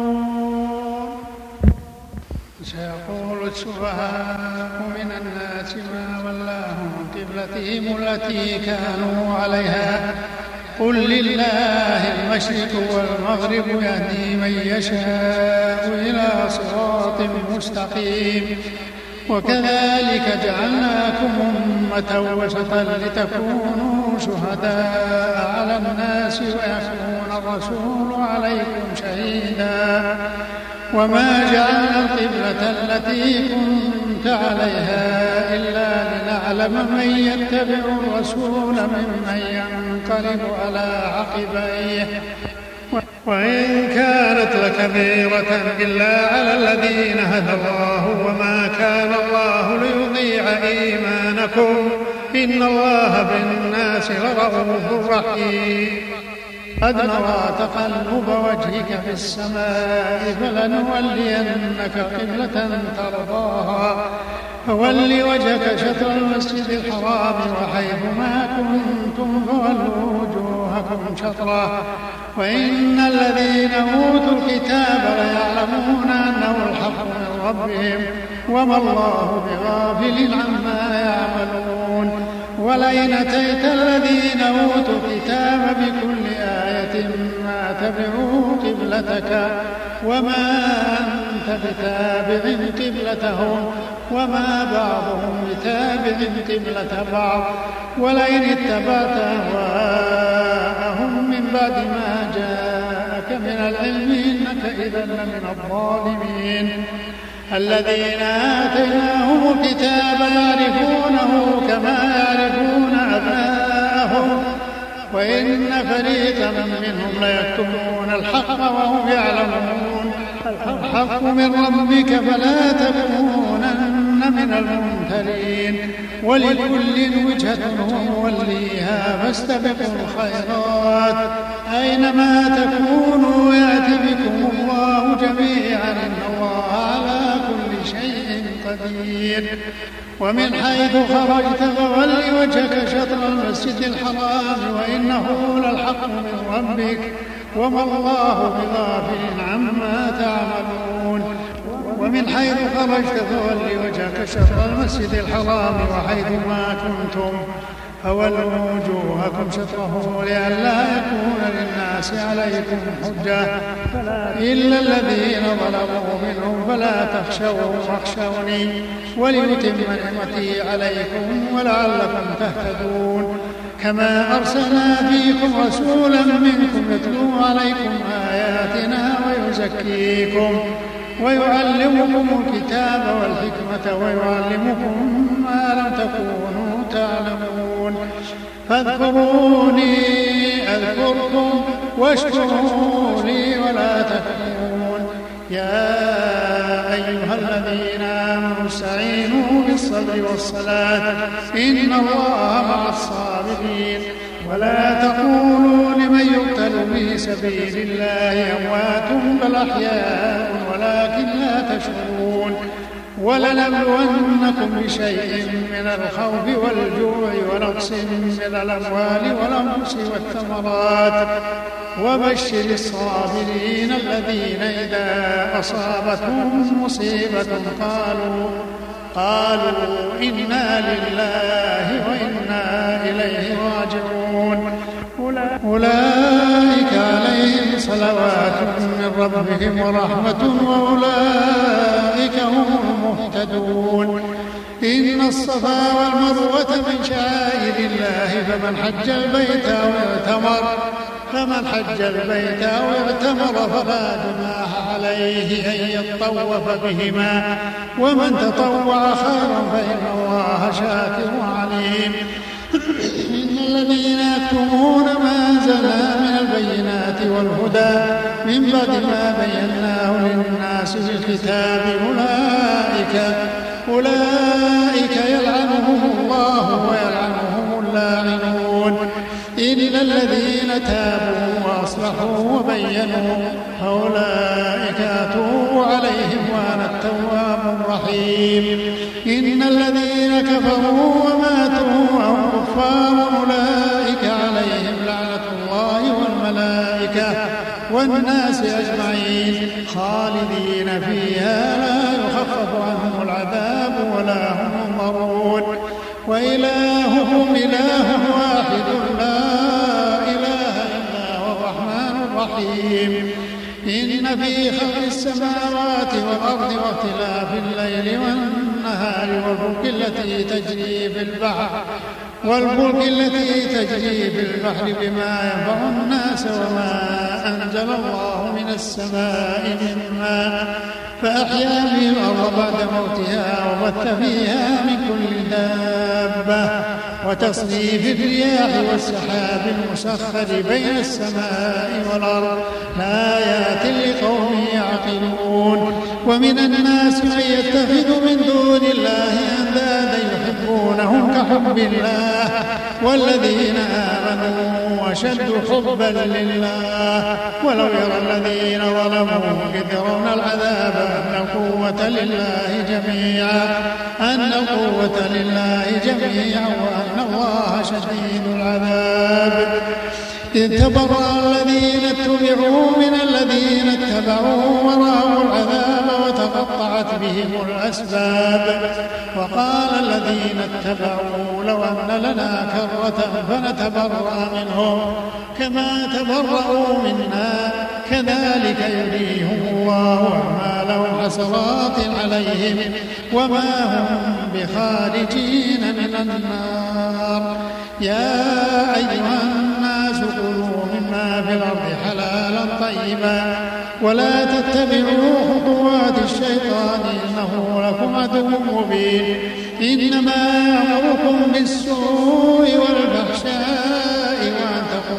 سيقول السفهاء من الناس ما ولاهم عن قبلتهم التي كانوا عليها قل لله المشرق والمغرب يهدي من يشاء إلى صراط مستقيم. وكذلك جعلناكم أمة وسطا لتكونوا شهداء على الناس ويكون الرسول عليكم شهيدا. وما جعلنا القبلة التي كنت عليها إلا لنعلم من يتبع الرسول ممن ينقلب على عقبيه وإن كانت لكبيرة إلا على الذين هدى الله وما كان الله ليضيع إيمانكم إن الله بالناس لرؤوف رحيم. قد نرى تقلب وجهك في السماء فلنولينك قبلة ترضاها فول وجهك شطر المسجد الحرام وحيث ما كنتم فولوا وجوهكم شطره وإن الذين أوتوا الكتاب ليعلمون أنه الحق من ربهم وما الله بغافل عما يعملون. ولئن أتيت الذين أوتوا الكتاب بكل آية ما تبعوا قبلتك وما أنت بتابع قبلتهم وما بعضهم بتابع قبلة بعض ولئن اتبعت أهواءهم من بعد ما جاءك من العلم إنك إذا لمن الظالمين. الذين آتيناهم الكتاب يعرفونه كما يعرفون أبناءهم وإن فريقا منهم ليكتمون الحق وهم يعلمون. الحق من ربك فلا تكونن من الممترين، ولكل وجهة هو موليها فاستبقوا الخيرات أينما تكونوا يأت بكم الله جميعا إن الله على كل شيء قدير. ومن حيث خرجت فول وجهك شطر المسجد الحرام وإنه للحق من ربك وما الله بغافل عما تعملون. ومن حيث خرجت فول وجهك شطر المسجد الحرام وحيث ما كنتم فولوا وجوهكم شطره لئلا يكون للناس عليكم حجة إلا الذين ظلموا منهم فلا تخشوهم واخشوني ولأتم نعمتي عليكم ولعلكم تهتدون. كما أرسلنا فيكم رسولا منكم يتلو عليكم آياتنا ويزكيكم ويعلمكم الكتاب والحكمة ويعلمكم ما لم تكونوا تعلمون. فاذكروني أذكركم واشكروا لي ولا تكفرون. يا أيها الذين آمنوا استعينوا بالصبر والصلاة إن الله مع الصابرين. ولا تقولوا لمن يقتل في سبيل الله أموات بل أحياء ولكن لا تشعرون. ولنبلونكم بشيء من الخوف والجوع ونقص من الأموال والأنفس والثمرات وبشر الصابرين الذين إذا أصابتهم مصيبة قالوا قالوا إنا لله وإنا إليه راجعون. أولئك عليهم صلوات من ربهم ورحمة وأولئك هم المهتدون. إن الصفا والمروة من شعائر الله فمن حج البيت أو اعتمر فمن حج البيت أو اعتمر فلا جناح عليه أن يطوف بهما ومن تطوع خيرا فإن الله شاكر عليم. إن الذين يكتمون ما أنزلنا من البينات والهدى من بعد ما بيناه للناس في الكتاب أولئك أولئك يلعنهم الله ويلعنهم اللاعنون إلا الذين تابوا وأصلحوا وبينوا فأولئك أتوب عليهم وأنا التواب الرحيم. إن الذين كفروا وماتوا وهم كفار أولئك عليهم لعنة الله والملائكة والناس أجمعين خالدين فيها لا يخفف عنهم العذاب ولا هم ينظرون. وإلههم إله واحد لا إله إلا هو الرحمن الرحيم. إن في خلق السماوات والأرض واختلاف الليل والنهار والفلك التي تجري في البحر والفلك التي تجري في البحر بما ينفع الناس وما أنزل الله من السماء من ماء فأحيا به الأرض بعد موتها وبث فيها من كل دابة وتصريف الرياح والسحاب المسخر بين السماء والأرض لآيات لقوم يعقلون. ومن الناس من يتخذ من دون الله أندادا يحبونهم كحب الله والذين آمنوا أشد حبا لله ولو يرى الذين ظلموا إذ يرون العذاب أن القوة لله جميعا أن القوة لله جميعا وأن الله شديد العذاب. إذ تبرأ الذين اتبعوا من الذين اتبعوا ورأوا العذاب وتقطعت بهم الأسباب. وقال الذين اتبعوا لو أن لنا كرة فنتبرأ منهم كما تبرأوا منا كذلك يريهم الله أعمالهم حسرات عليهم وما هم بخارجين من النار. يا أيها الناس كلوا مما في الأرض حلالا طيبا ولا تتبعوا خطوات الشيطان إنه لكم عدو مبين. إنما يأمركم بالسوء والفحشاء وأن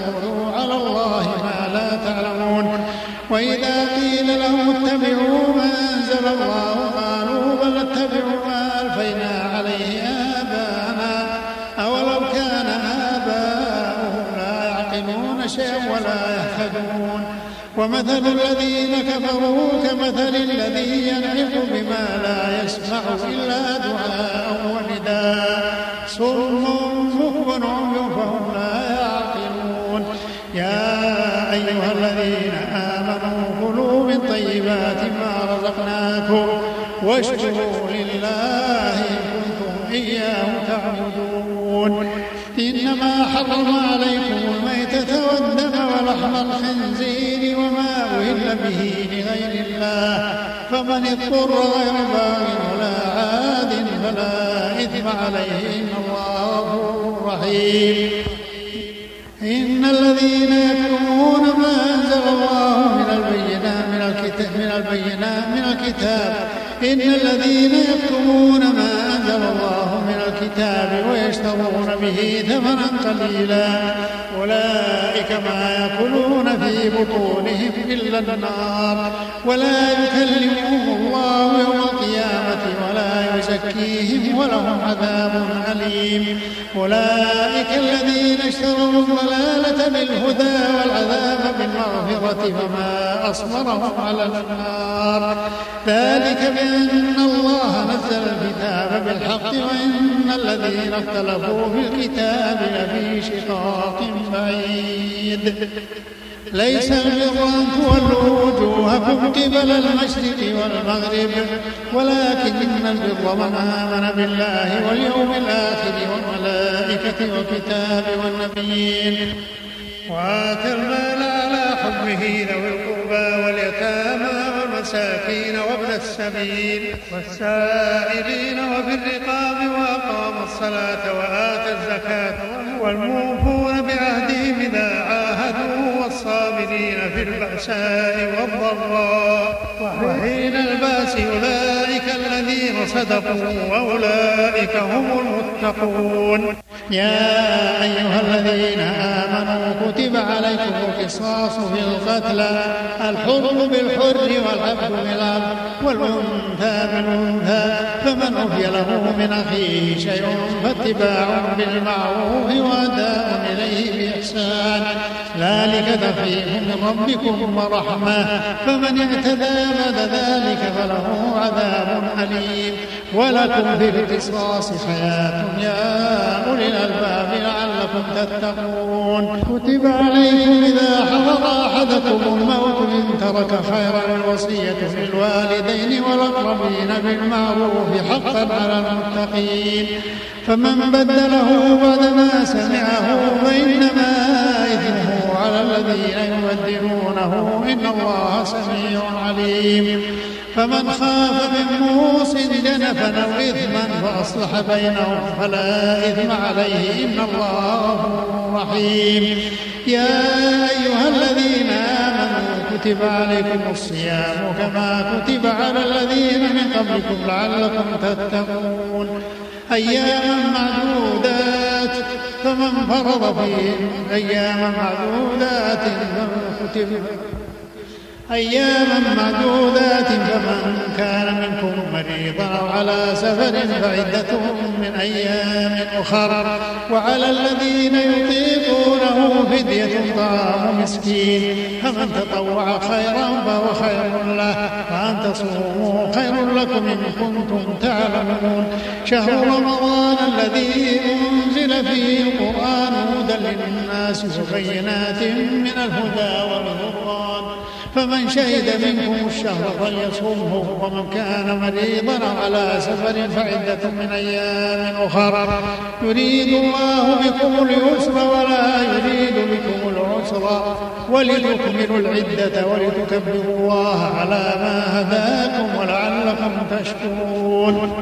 لهم اتبعوا ما أنزل الله قالوا بل اتبعوا ما ألفينا عليه آباءنا أولو كان آباؤهم لا يعقلون شيئا ولا يهتدون ومثل الذين كفروا كمثل الذي ينعق بما لا يسمع إلا دعاء ونداء صم بكم عمي فهم لا يعقلون يا أيها الذين آمنوا كلوا من طيبات ما رزقناكم واشكروا لله إن كنتم إياه تعبدون إنما حرم عليكم الميتة والدم ولحم الخنزير وما أهل به لغير الله فمن اضطر غير باغ ولا عاد فلا إثم عليه إن الله غفور رحيم إن الذين يكتمون ما أنزل الله من البينات من الكتاب من البينات من الكتاب إن الذين يكتمون ما أنزل الله من الكتاب ويشترون به ثمنا قليلا أولئك ما يأكلون في بطونهم إلا النار ولا يكلمهم الله يوم القيامة ولا يزكيهم ولهم عذاب أليم أولئك الذين اشتروا الضلالة بالهدى والعذاب بالمغفرة فما أصبرهم على النار ذلك بأن الله نزل الكتاب بالحق وإن الذين اختلفوا في الكتاب لفي شقاق بعيد ليس البر أن تولوا وجوهكم قبل المشرق والمغرب ولكن البر من آمن بالله واليوم الآخر والملائكة والكتاب والنبيين وآتى المال على حبه ذوي القربى واليتامى والمساكين وابن السبيل والسائلين وفي الرقاب وأقام الصلاة وآتى الزكاة والموفون بعهدهم إذا عاهدوا والصابرين في البأساء والضراء وحين الباس أولئك الذين صدقوا وأولئك هم المتقون يا أيها الذين آمنوا كتب عليكم القصاص في القتلى الحر بالحر والعبد بالعبد والأنثى بالأنثى فمن عفي له من أخيه شيء فاتباع بالمعروف وأداء إليه بإحسان ذلك تخفيف من ربكم ورحمة فمن اعتدى بعد ذلك فله عذاب أليم ولكم في القصاص حياة يا أولي الألباب لعلكم تتقون كتب عليكم إذا حضر أحدكم الموت إن ترك خيرا الوصية للوالدين والأقربين بالمعروف حقا على المتقين فمن بدله بعدما سمعه فإنما إثمه على الذين يبدلونه إن الله سميع عليم فمن خاف من موص جنفا أو إثما فأصلح بينهم فلا إثم عليه إن الله غفور رحيم يا أيها الذين آمنوا كتب عليكم الصيام كما كتب على الذين من قبلكم لعلكم تتقون أياما معدودات فمن فرض فيهن أياما معدودات فمن كتب أياما معدودات فمن كان منكم مريضا أو على سفر فعدة من أيام أخر وعلى الذين يطيقونه فدية طعام مسكين فمن تطوع خيرا فهو خير له وأن تصوموا خير لكم إن كنتم تعلمون شهر رمضان الذي أنزل فيه القرآن هدى للناس وبينات من الهدى والفرقان فمن شهد منكم الشهر فليصومه ومن كان مريضا على سفر فعدة من أيام أخر يريد الله بكم اليسر ولا يريد بكم العسر ولتكملوا العدة ولتكبروا الله على ما هداكم ولعلكم تشكرون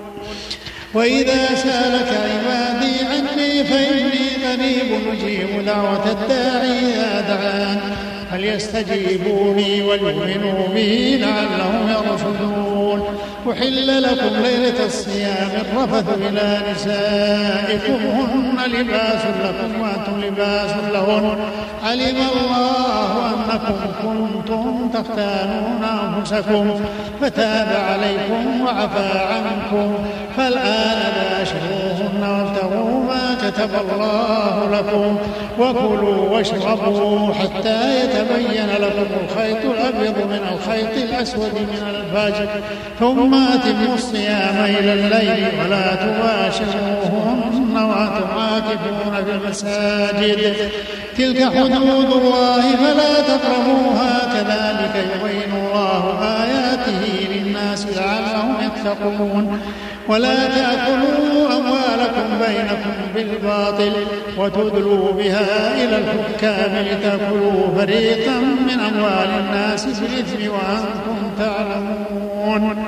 وإذا سألك عبادي عني فإني قريب أجيب دعوة الداعي إذا دعان فليستجيبوا لي وليؤمنوا بي لعلهم يرشدون أحل لكم ليلة الصيام الرفث إلى نسائكم هن لباس لكم وأنتم لباس لهن علم الله أنكم كنتم تختانون أنفسكم فتاب عليكم وعفى عنكم فالآن باشروهن وابتغوا ما كتب الله لكم وكلوا واشربوا حتى يتبين لكم الخيط الأبيض من الخيط الأسود من الفجر ثم أتموا الصيام إلى الليل ولا تباشروهن وأنتم عاكفون في المساجد تلك حدود الله فلا تقربوها كذلك يبين الله آياته للناس لعلهم يتقون ولا تأكلوا أموالكم بينكم بالباطل وتدلوا بها إلى الحكام لتأكلوا فريقا من أموال الناس بالإثم وأنتم تعلمون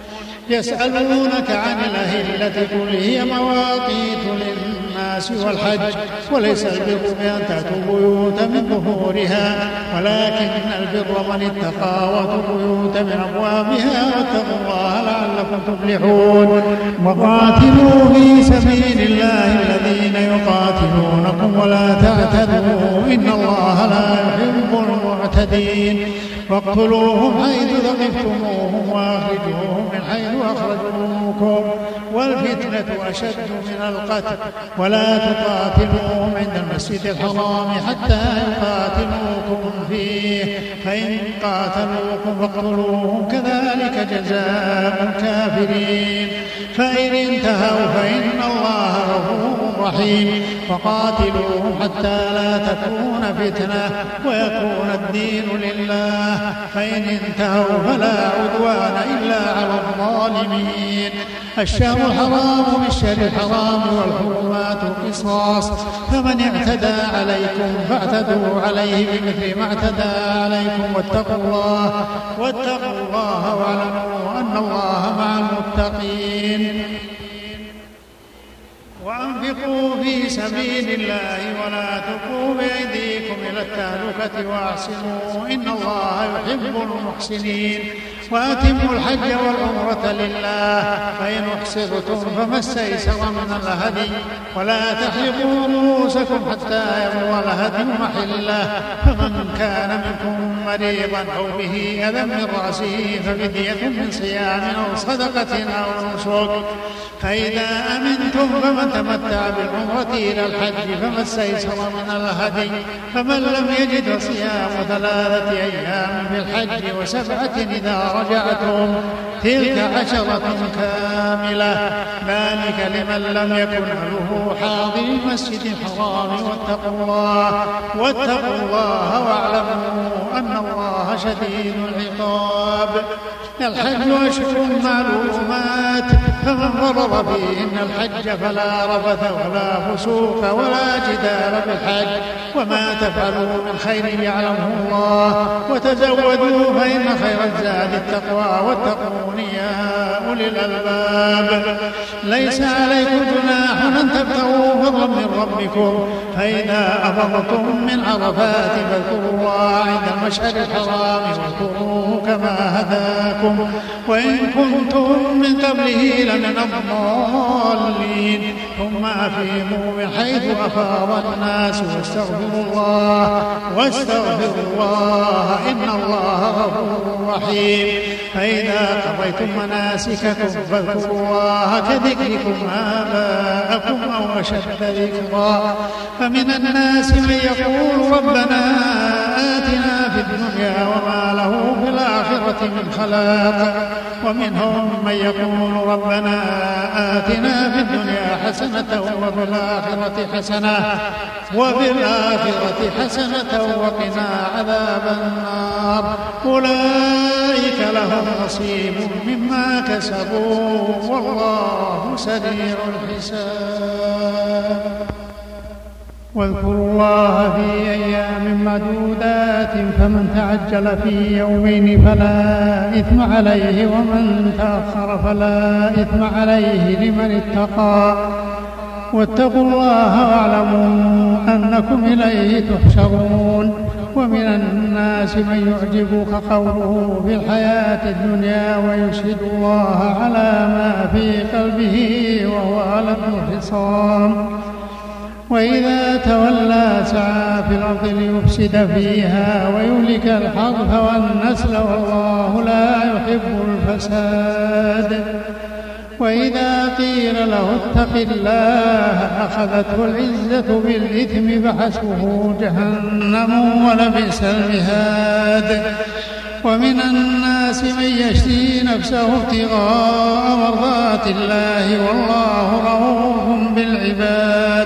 يسألونك عن الأهلة قل هي مواقيت للناس والحج وليس البر بأن تأتوا بيوت من ظهورها ولكن البر من اتقى وأتوا بيوت من أبوابها واتقوا الله لعلكم تفلحون وقاتلوا في سبيل الله الذين يقاتلونكم ولا تعتدوا إن الله لا يحب المعتدين واقتلوهم حيث ثقفتموهم وأخرجوهم من حيث أخرجوكم والفتنة أشد من القتل ولا تقاتلوهم عند المسجد الحرام حتى يقاتلوكم فيه فإن قاتلوكم فاقتلوهم كذلك جزاء الكافرين فإن انتهوا فإن الله غفور رحيم وقاتلوهم حتى لا تكون فتنة ويكون الدين لله فإن انتهوا فلا عدوان إلا على الظالمين الشهر الحرام بالشهر الحرام والحرمات قصاص فمن اعتدى عليكم فاعتدوا عليه بمثل ما اعتدى عليكم واتقوا الله واتقوا الله واعلموا أن الله مع المتقين وأنفقوا في سبيل الله ولا تلقوا بأيديكم إلى التهلكة وأحسنوا إن الله يحب المحسنين وأتموا الحج والعمرة لله فإن أحصرتم فما استيسر من الهدي ولا تحلقوا رؤوسكم حتى يبلغ الهدي محله فمن كان منكم مريضا أو به أذى من رأسه ففدية من صيام أو صدقة أو نسك فإذا أمنتم فمن تمتع بالعمرة إلى الحج فما استيسر من الهدي فمن لم يجد صيام ثلاثة أيام في الحج وسبعة إذا رجعتم تلك عشرة كاملة ذلك لمن لم يكن أهله حاضر المسجد الحرام واتقوا الله واتقوا الله واعلموا أن الله شديد العقاب الحج أشهر معلومات فمن فرض فيهن الحج فلا رفث ولا فسوق ولا جدال في الحج وما تفعلوا من خير يعلمه الله وتزودوا فإن خير الزاد التقوى واتقون يا أولي الألباب ليس عليكم جناح أن تبتغوا فضلا من ربكم فإذا أفضتم من عرفات فاذكروا الله عند المشعر الحرام واذكروه كما هداكم وإن كنتم من قبله لمن الضالين ثم أفيضوا من حيث أفاض الناس واستغفروا الله واستغفروا الله إن الله غفور رحيم فإذا قضيتم مناسككم فاذكروا الله كذكركم آباءكم أو أشد ذكرا فمن الناس من يقول ربنا آتنا في الدنيا وما له في الآخرة من خلاق ومنهم من يقول ربنا آتنا في الدنيا حسنة وفي الآخرة حسنة وفي الآخرة حسنة وقنا عذاب النار أولئك لهم نصيب مما كسبوا والله سريع الحساب واذكروا الله في أيام معدودات فمن تعجل في يومين فلا إثم عليه ومن تأخر فلا إثم عليه لمن اتقى واتقوا الله واعلموا أنكم إليه تحشرون ومن الناس من يعجبك قوله في الحياة الدنيا ويشهد الله على ما في قلبه وهو ألد الخصام وإذا تولى سعى في الأرض ليفسد فيها ويهلك الحرث والنسل والله لا يحب الفساد وإذا قيل له اتق الله أخذته العزة بالإثم فحسبه جهنم ولبئس المهاد ومن الناس من يشري نفسه ابتغاء مرضات الله والله رؤوف بالعباد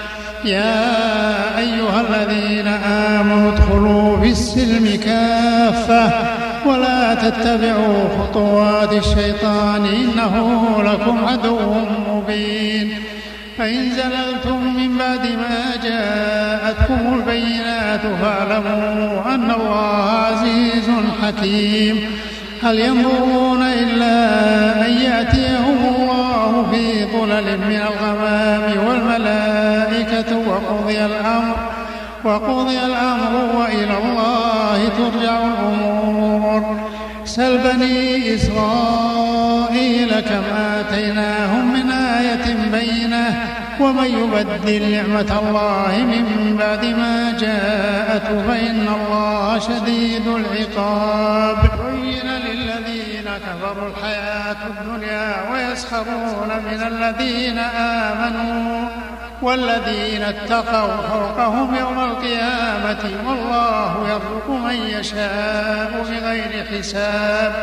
يا أيها الذين آمنوا ادخلوا في السلم كافة ولا تتبعوا خطوات الشيطان إنه لكم عدو مبين فإن زللتم من بعد ما جاءتكم البينات فاعلموا أن الله عزيز حكيم هل ينظرون إلا أن يأتيهم الله في ظلل من الغمام والملائكة وقضي الأمر وقضي الأمر وإلى الله ترجع الأمور سل بني إسرائيل كم آتيناهم من آية بينة ومن يبدل نعمة الله من بعد ما جاءته فإن الله شديد العقاب زين للذين كفروا الحياة الدنيا ويسخرون من الذين آمنوا والذين اتقوا فوقهم يوم القيامة والله يرزق من يشاء بغير حساب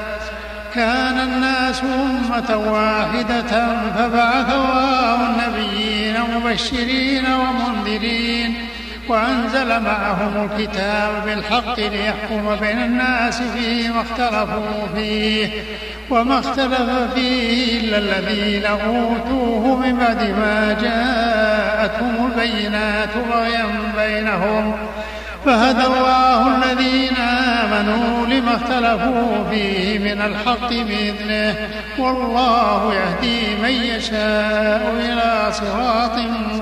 كان الناس أمة واحدة فبعث الله النبيين مبشرين ومنذرين وأنزل معهم الكتاب بالحق ليحكم بين الناس فيما اختلفوا فيه وما اختلف فيه إلا الذين أوتوه من بعد ما جاءتهم البينات بغيا بينهم فهدى الله الذين آمنوا لما اختلفوا فيه من الحق بإذنه والله يهدي من يشاء إلى صراط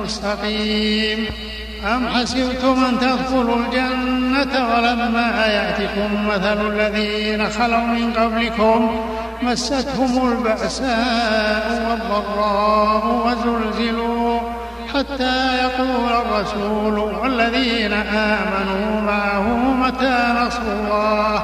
مستقيم أم حسبتم أن تدخلوا الجنة ولما يأتكم مثل الذين خلوا من قبلكم مستهم البأساء والضراء وزلزلوا حتى يقول الرسول والذين آمنوا معه متى نصر الله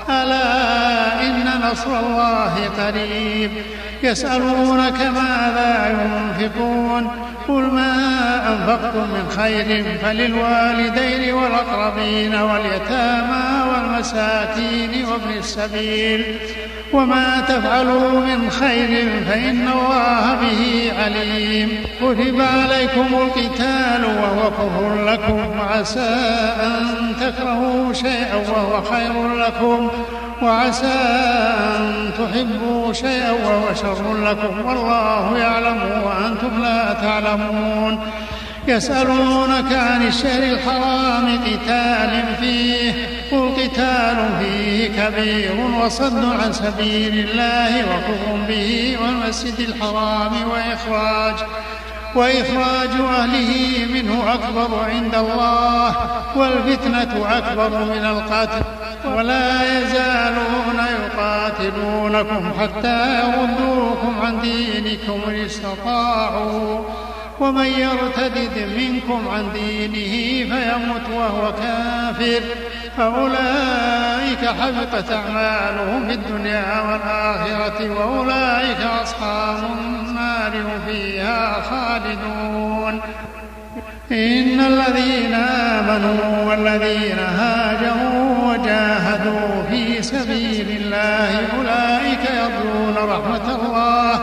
ألا إن نصر الله قريب يسألونك ماذا ينفقون قل ما أنفقتم من خير فللوالدين والأقربين واليتامى والمساكين وابن السبيل وما تفعلوا من خير فإن الله به عليم كتب عليكم القتال وهو كفر لكم عسى أن تكرهوا شيئا وهو خير لكم وعسى أن تحبوا شيئا وهو شر لكم والله يعلم وأنتم لا تعلمون يسألونك عن الشهر الحرام قتال فيه قل قتال فيه كبير وصد عن سبيل الله وكفر به والمسجد الحرام وإخراج وإخراج أهله منه أكبر عند الله والفتنة أكبر من القتل ولا يزالون يقاتلونكم حتى يردوكم عن دينكم إن استطاعوا ومن يرتد منكم عن دينه فيمت وهو كافر فأولئك حبطت أعمالهم في الدنيا والآخرة وأولئك أصحاب النار هم فيها خالدون إن الذين آمنوا والذين هاجروا وجاهدوا في سبيل الله أولئك يرجون رحمة الله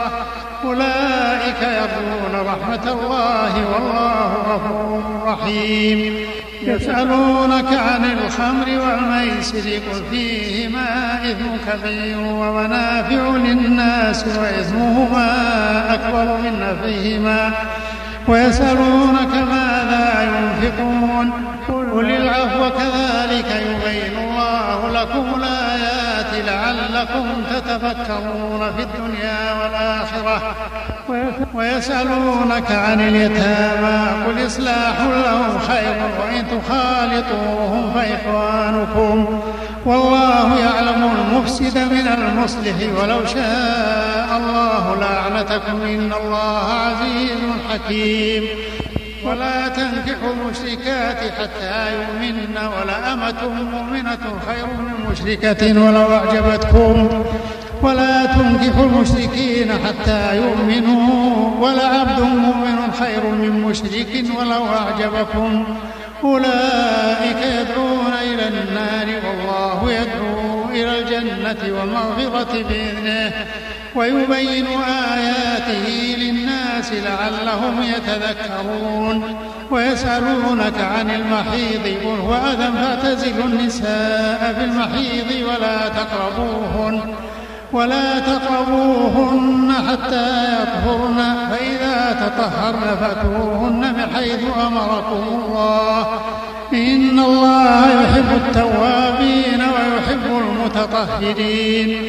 أولئك يرجون رحمة الله والله غفور رحيم يسألونك عن الخمر والميسر قل فيهما إثم كبير ومنافع للناس وإثمهما أكبر من نفعهما ويسألونك ماذا ينفقون قل العفو كذلك يبين الله لكم الآيات لعلكم تتفكرون في الدنيا والآخرة ويسألونك عن اليتامى قل إصلاح لهم خير وإن تخالطوهم فإخوانكم والله يعلم المفسد من المصلح ولو شاء الله لأعنتكم إن الله عزيز حكيم. ولا تنكحوا المشركات حتى يؤمنن ولأمة مؤمنة خير من مشركة ولو أعجبتكم ولا تنكحوا المشركين حتى يؤمنوا ولعبد مؤمن خير من مشرك ولو أعجبكم أولئك يدعون إلى النار والله يدعو إلى الجنة والمغفرة بإذنه ويبين آياته للناس لعلهم يتذكرون. ويسألونك عن المحيض قل هو أذى فاعتزلوا النساء في المحيض ولا تقربوهن ولا تقربوهن حتى يطهرن فإذا تطهرن فأتوهن من حيث أمركم الله إن الله يحب التوابين ويحب المتطهرين.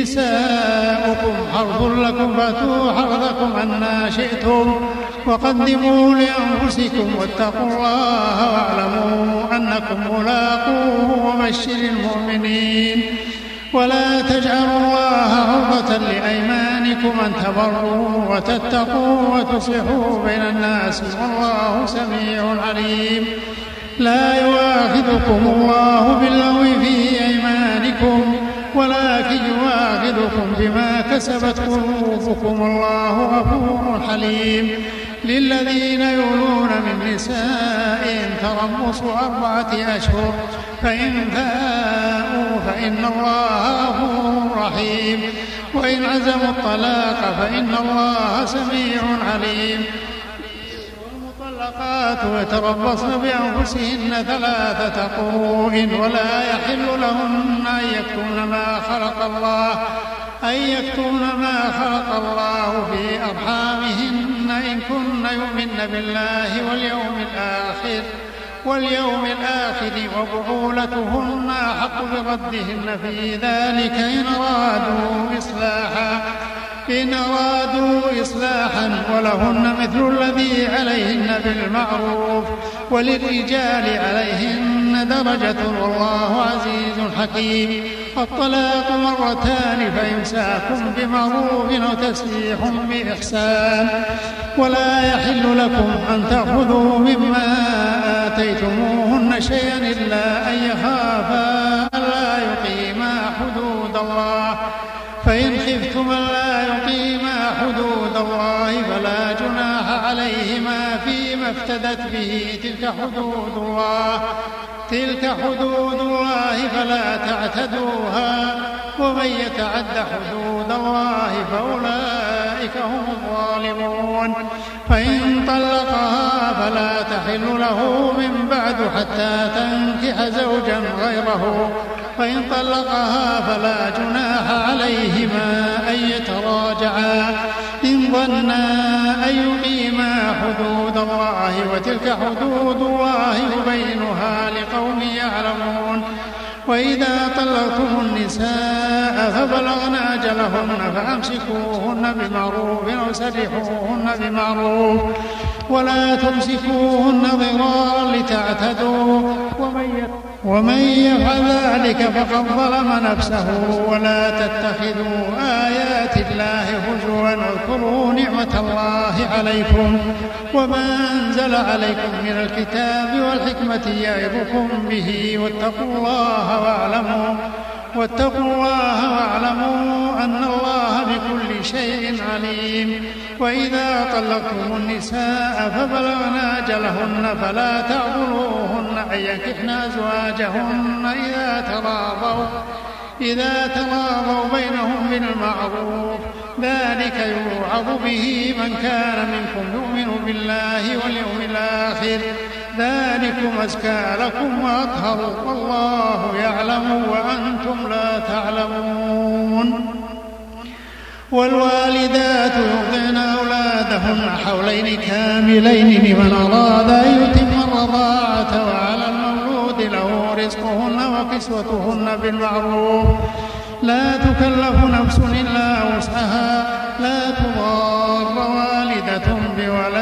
نساؤكم حرث لكم فأتوا حرثكم أنى شئتم وقدموا لأنفسكم واتقوا الله واعلموا أنكم ملاقوه وبشر المؤمنين. ولا تجعلوا الله عرضة لأيمانكم أن تبروا وتتقوا وتصلحوا بين الناس والله سميع عليم. لا يؤاخذكم الله باللغو في أيمانكم ولكن يؤاخذكم بما كسبت قلوبكم والله غفور حليم. للذين يولون من نسائهم تربص أربعة أشهر فإن فاءوا فإن الله غفور رحيم وإن عزموا الطلاق فإن الله سميع عليم. والمطلقات يتربصن بأنفسهن ثلاثة قروء ولا يحل لهن أن يكتمن ما خلق الله أن يكتمن ما خلق الله في أرحامهن إن كن يؤمن بالله واليوم الآخر واليوم الآخر وبعولتهن أحق بردهن في ذلك إن أرادوا إصلاحا إن أرادوا إصلاحا ولهن مثل الذي عليهن بالمعروف وللرجال عليهن درجة والله عزيز حكيم. الطلاق مرتان فإمساك بمعروف أو تسريح بإحسان ولا يحل لكم أن تأخذوا مما آتيتموهن شيئا إلا أن يخافا ألا يقيما حدود الله فإن خفتم ألا يقيما حدود الله فلا جناح عليهما فيما افتدت به تلك حدود الله تلك حدود الله فلا تعتدوها ومن يتعد حدود الله فأولئك هم الظالمون. فإن طلقها فلا تحل له من بعد حتى تنكح زوجا غيره فإن طلقها فلا جناح عليهما أن يتراجعا إن ظنا أن يقيما حدود الله وتلك حدود الله يبينها لقوم يعلمون. وإذا طلقتم النساء فبلغن أجلهن فأمسكوهن بمعروف أو سرحوهن بمعروف ولا تمسكوهن ضرارا لتعتدوا ومن يفعل ذلك فقد ظلم نفسه. ولا تتخذوا آيات الله هزوا واذكروا نعمة الله عليكم وما أنزل عليكم من الكتاب والحكمة يعظكم به واتقوا الله واعلموا واتقوا الله واعلموا أن الله بكل شيء عليم. وإذا طلقتم النساء فبلغن أجلهن فلا تعضلوهن أن ينكحن أزواجهن إذا تراضوا إذا تراضوا بينهم بالمعروف ذلك يوعظ به من كان منكم يؤمن بالله واليوم الآخر ذلكم أزكى لكم وأطهر والله يعلم وأنتم لا تعلمون. والوالدات يرضعن أولادهن حولين كاملين لمن أراد أن يتم الرضاعة وعلى المولود له رزقهن وكسوتهن بالمعروف لا تكلف نفس إلا وسعها لا تضار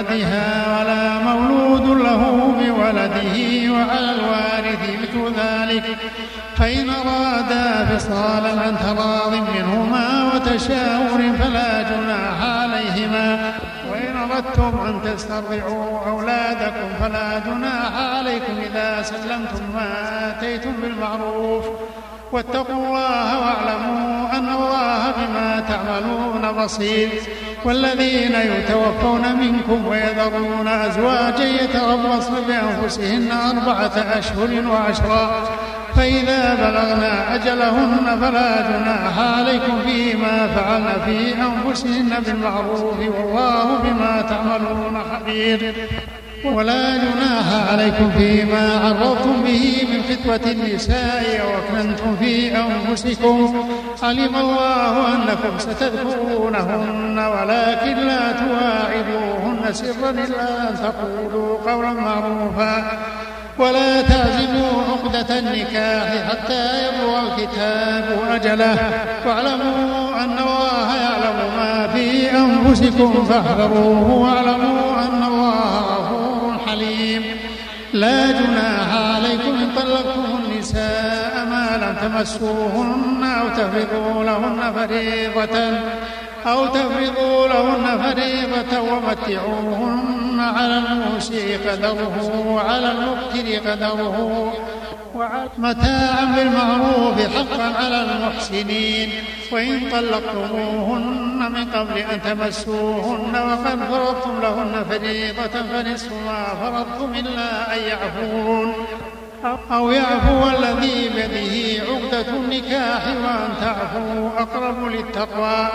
بولدها ولا مولود له بولده وعلى الوارث مثل ذلك فإن أرادا فصالا عن تراض منهما وتشاور فلا جناح عليهما وإن أردتم أن تسترضعوا أولادكم فلا جناح عليكم إذا سلمتم ما آتيتم بالمعروف واتقوا الله واعلموا أن الله بما تعملون بصير. والذين يتوفون منكم ويذرون أزواجا يتربصن بأنفسهن أربعة أشهر وعشرا فإذا بلغنا أجلهن فلا جناح عليكم فيما فعلن في أنفسهن بالمعروف والله بما تعملون خبير. ولا جناح عليكم فيما عرضتم به من فتوى النساء وأكننتم في أنفسكم علم الله أنكم ستذكرونهن ولكن لا تواعدوهن سرا إلا أن تقولوا قولا معروفا ولا تعزموا عقدة النكاح حتى يبلغ الكتاب أجله واعلموا أن الله يعلم ما في أنفسكم فاحذروه واعلموا أن الله غفور حليم. لا جناح عليكم إن طلقتم النساء ما لم تمسوهن أو تفرضوا لهن فريضة أو تفرضوا لهن فريضة ومتعوهن على الموسع قدره وعلى المقتر قدره متاعا بالمعروف حقا على المحسنين. وإن طلقتموهن من قبل أن تمسوهن وقد فرضتم لهن فريضة فنصف ما فرضتم إلا أن يعفون أو يعفو الذي بيده عقدة النكاح وأن تعفوا أقرب للتقوى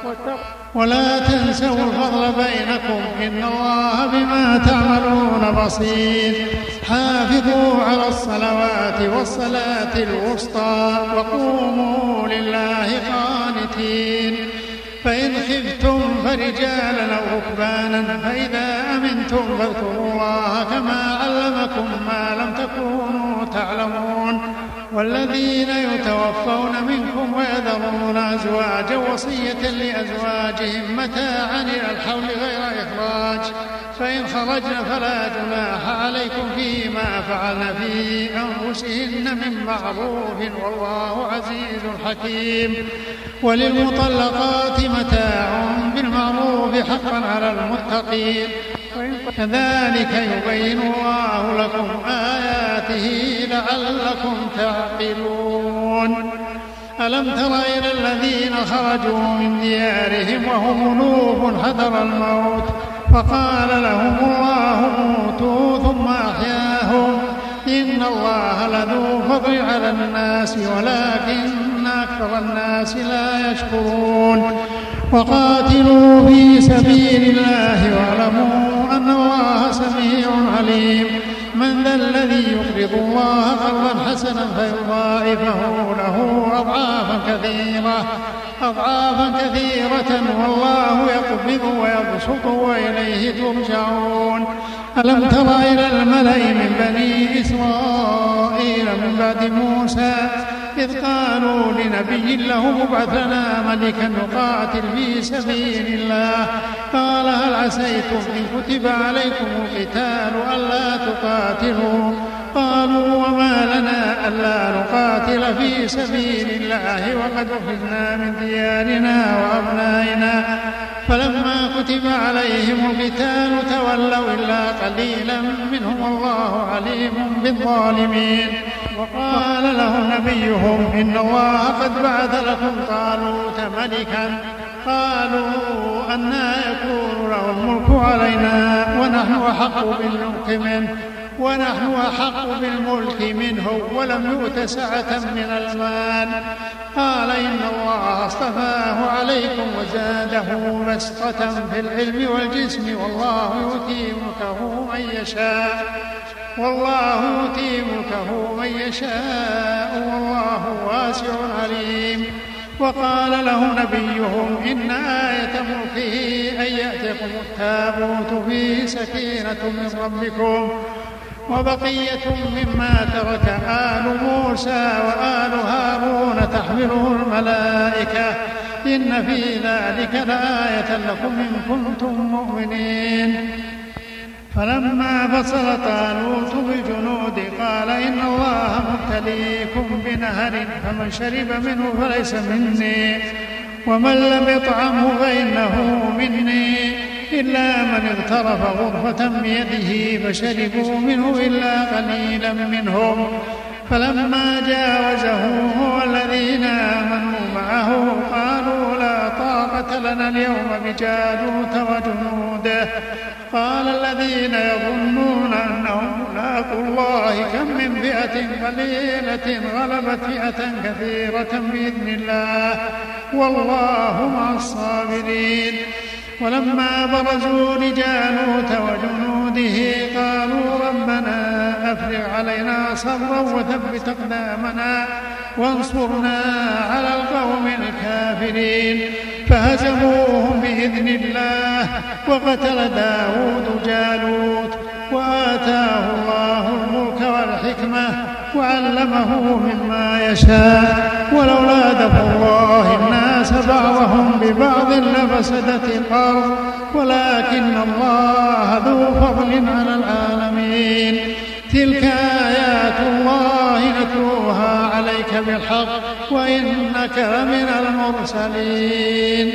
ولا تنسوا الفضل بينكم إن الله بما تعملون بصير. حافظوا على الصلوات والصلاة الوسطى وقوموا لله قانتين. فإن خفتم فرجالا أو ركبانا فإذا أمنتم فاذكروا الله كما علمكم ما لم تكونوا تعلمون. والذين يتوفون منكم ويذرون أزواجا وصية لأزواجهم متاعا إلى الحول غير إخراج فإن خرجن فلا جناح عليكم فيما فعلن في أنفسهن من معروف والله عزيز حكيم. وللمطلقات متاع بالمعروف حقا على المتقين كذلك يبين الله لكم آياته لعلكم تعقلون. ألم تر إلى الذين خرجوا من ديارهم وهم ألوف حذر الموت فقال لهم الله موتوا ثم أحياهم إن الله لذو فضل على الناس ولكن أكثر الناس لا يشكرون. وقاتلوا في سبيل الله واعلموا أن الله سميع عليم. من ذا الذي يقرض الله قرضا حسنا فيضاعفه له أضعافا كثيرة أضعافا كثيرة والله يقبض ويبسط وإليه ترجعون. ألم تر إلى الملأ من بني إسرائيل من بعد موسى إذ قالوا لنبي له ابعث لنا ملكا نقاتل في سبيل الله قال هل عسيتم إن كتب عليكم القتال ألا تقاتلوا قالوا وما لنا ألا نقاتل في سبيل الله وقد أخذنا من ديارنا وأبنائنا فلما كتب عليهم القتال تولوا إلا قليلا منهم والله عليم بالظالمين. وقال له نبيهم إن الله قد بعث لكم طالوت ملكا قالوا أنى يكون له الملك علينا ونحن أحق بالملك منه ونحن أحق بالملك منه ولم يؤت سعة من المال قال إن الله اصطفاه عليكم وزاده بسطة في العلم والجسم والله يؤتي ملكه من يشاء والله يؤتي ملكه من يشاء والله واسع عليم. وقال له نبيهم إن آية ملكه أن يأتيكم التابوت فيه سكينة من ربكم وبقية مما ترك آل موسى وآل هارون تحمله الملائكة إن في ذلك لآية لكم إن كنتم مؤمنين. فلما فصل طالوت بجنوده قال إن الله مبتليكم بنهر فمن شرب منه فليس مني ومن لم يطعمه فإنه مني إلا من اغترف غرفة بيده فشربوا منه إلا قليلا منهم. فلما جاوزه هو والذين آمنوا معه قالوا لا طاقة لنا اليوم بجالوت وجنوده. قال الذين يظنون أنهم ملاقو الله كم من فئة قليلة غلبت فئة كثيرة بإذن الله والله مع الصابرين. ولما برزوا لجالوت وجنوده قالوا ربنا أفرغ علينا صبرا وثبت أقدامنا وانصرنا على القوم الكافرين. فهزموهم بإذن الله وقتل داود جالوت وآتاه الله الملك والحكمة وعلمه مما يشاء ولولا دفع الله الناس بعضهم ببعض لفسدت الأرض ولكن الله ذو فضل على العالمين. تلك آيات الله نتلوها عليك بالحق وإنك لمن المرسلين.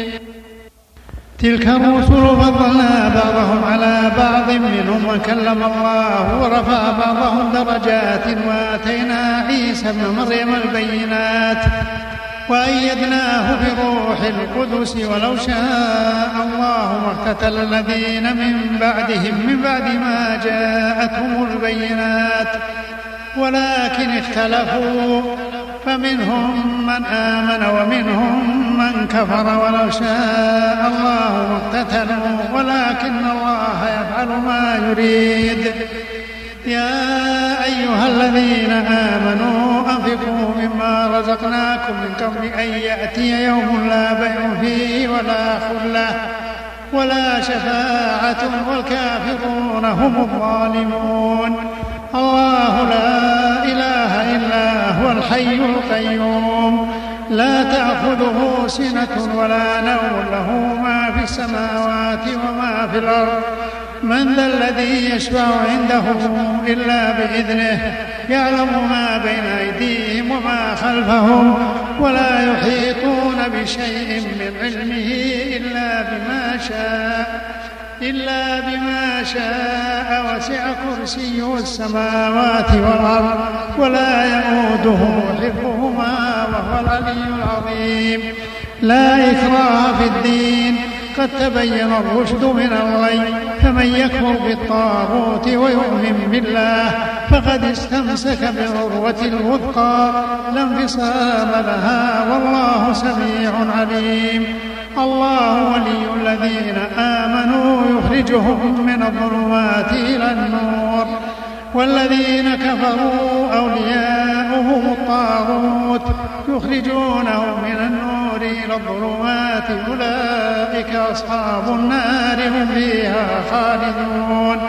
تلك الرسل فضلنا بعضهم على بعض منهم من كلم الله ورفع بعضهم درجات وآتينا عيسى ابن مريم البينات وأيدناه بروح القدس ولو شاء الله ما اقتتل الذين من بعدهم من بعد ما جاءتهم البينات ولكن اختلفوا فمنهم من آمن ومنهم من كفر ولو شاء الله ما اقتتلوا ولكن الله يفعل ما يريد. يا أيها الذين آمنوا أنفقوا مما رزقناكم من قبل أن يأتي يوم لا بيع فيه ولا خلة ولا شفاعة والكافرون هم الظالمون. الله لا إله إلا هو الحي القيوم لا تأخذه سنة ولا نوم له ما في السماوات وما في الأرض من ذا الذي يشفع عنده إلا بإذنه يعلم ما بين أيديهم وما خلفهم ولا يحيطون بشيء من علمه إلا بما شاء إلا بما شاء وسع كرسيه السماوات والأرض ولا يؤوده حفظهما وهو العلي العظيم. لا إكراه في الدين قد تبين الرشد من الغي فمن يكفر بالطاغوت ويؤمن بالله فقد استمسك بالعروة الوثقى لا انفصام لها والله سميع عليم. الله ولي الذين آمنوا يخرجهم من الظلمات إلى النور والذين كفروا أولياؤهم الطاغوت يخرجونهم من النور إلى الظلمات أولئك أصحاب النار هم فيها خالدون.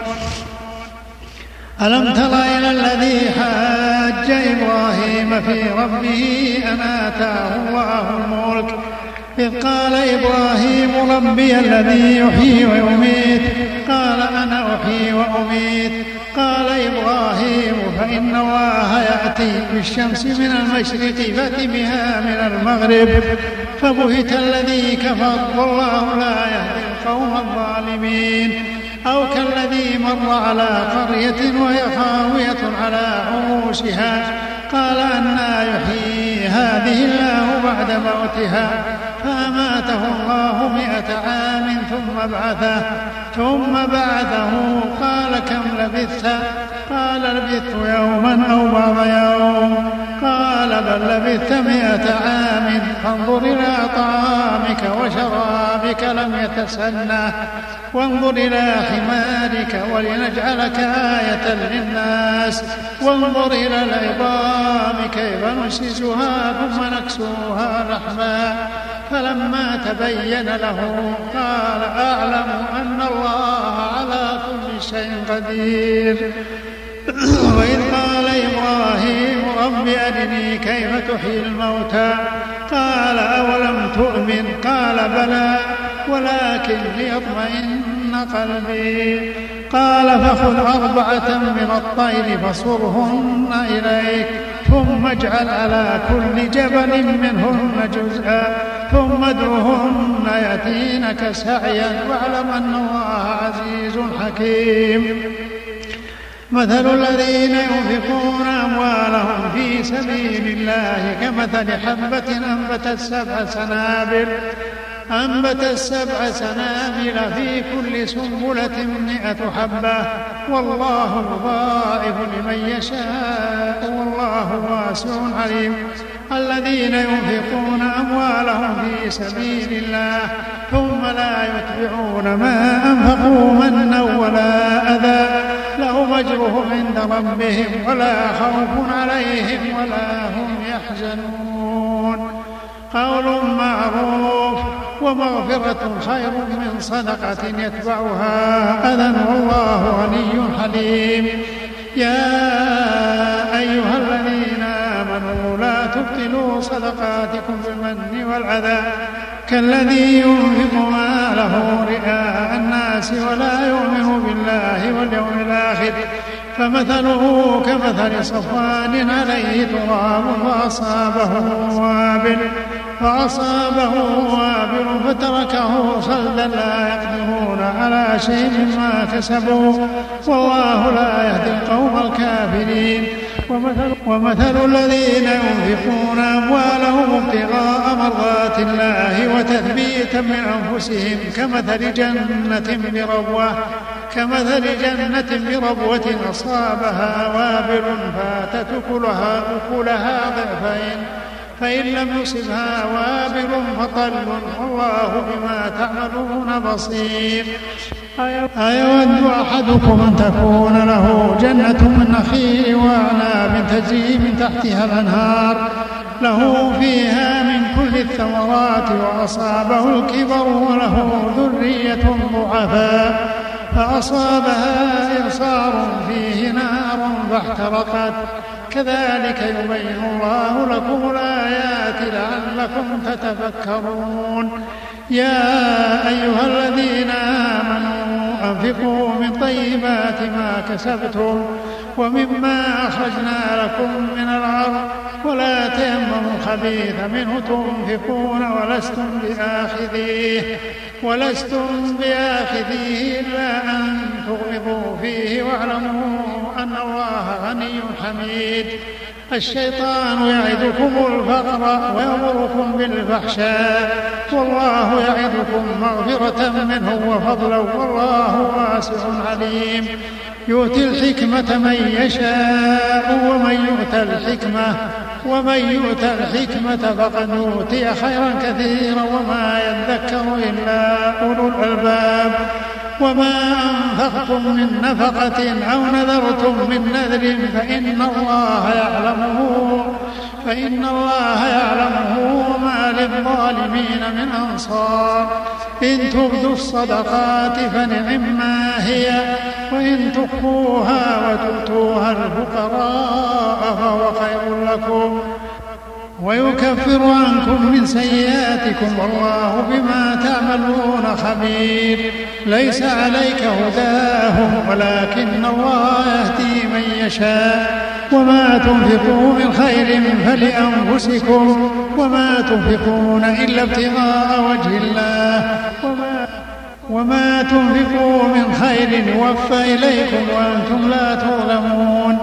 ألم تر إلى الذي حاج إبراهيم في ربه أن آتاه الله الملك إذ قال إبراهيم ربي الذي يحيي ويميت قال أنا أحيي وأميت قال إبراهيم فإن الله يأتي بالشمس من المشرق فأت بها من المغرب فبهت الذي كفر والله لا يهدي القوم الظالمين. أو كالذي مر على قرية وهي خاوية على عروشها قال أنى يحيي هذه الله بعد موتها فأماته الله مئة عام ثم بعثه ثم بعثه قال كم لبثت قال لبثت يوما أو بعض يوم قال بل لبثت مئة عام فانظر إلى طعامك وشرابك لم يتسنه وانظر إلى حمارك ولنجعلك آية للناس وانظر إلى العظام كيف ننشزها ثم نكسوها لحما فلما تبين له قال أعلم أن الله على كل شيء قدير. وإذ قال إبراهيم رب أرني كيف تحيي الموتى قال أولم تؤمن قال بلى ولكن ليطمئن قلبي قال فخذ أربعة من الطير فصرهن إليك ثم اجعل على كل جبل منهن جزءا ثم ادعهن يأتينك سعيا واعلم أن الله عزيز حكيم. مثل الذين ينفقون أموالهم في سبيل الله كمثل حبة أنبتت سبع سنابل أنبتت سبع سنابل في كل سنبلة مئة حبة والله يضاعف لمن يشاء والله واسع عليم. الذين ينفقون أموالهم في سبيل الله ثم لا يتبعون ما أنفقوا منا ولا أذى لهم أجرهم عند ربهم ولا خوف عليهم ولا هم يحزنون. قول معروف ومغفرة خير من صدقة يتبعها أذى والله غني حليم. يا أيها الذين آمنوا لا تبطلوا صدقاتكم بالمن والأذى كالذي ينفق ماله رئاء الناس ولا يؤمن بالله واليوم الآخر فمثله كمثل صفوان عليه تراب فأصابه وابل فأصابه وابل فتركه صلدا لا يقدرون على شيء مما كسبوا والله لا يهدي القوم الكافرين. ومثل, ومثل الذين ينفقون أموالهم ابتغاء مرضات الله وتثبيتا من أنفسهم كمثل جنة بربوة كمثل جنة بربوة أصابها وابل فاتت أكلها أكلها ضعفين فإن لم يصبها وابل فطل والله بما تعملون بصير. أيود أحدكم أن تكون له جنة من نخيل وأعناب تجري من تحتها الأنهار له فيها من كل الثمرات وأصابه الكبر وله ذرية ضعفاء فأصابها إعصار فيه نار فاحترقت كذلك يبين الله لكم الآيات لعلكم تتفكرون. يا أيها الذين آمنوا أنفقوا من طيبات ما كسبتم ومما أخرجنا لكم من الأرض ولا تيمموا الخبيث منه تنفقون ولستم بآخذيه ولستم بآخذيه إلا أن تغمضوا فيه واعلموا أن الله غني حميد. الشيطان يعدكم الفقر ويأمركم بالفحشاء والله يعدكم مغفرة منه وفضلا والله واسع عليم. يؤتي الحكمة من يشاء ومن يؤت الحكمة ومن يؤت الحكمة فقد أوتي خيرا كثيرا وما يذكر إلا أولو الألباب. وما أنفقتم من نفقة أو نذرتم من نذر فإن الله يعلمه فإن الله يعلمه وما للظالمين من أنصار. إن تبدوا الصدقات فنعما هي وإن تخفوها وتؤتوها الفقراء فهو خير لكم ويكفر عنكم من سيئاتكم والله بما تعملون خبير. ليس عليك هداهم ولكن الله يهدي من يشاء وما تنفقوا من خير فلأنفسكم وما تنفقون إلا ابتغاء وجه الله وما, وما تنفقوا من خير يوفى إليكم وأنتم لا تظلمون.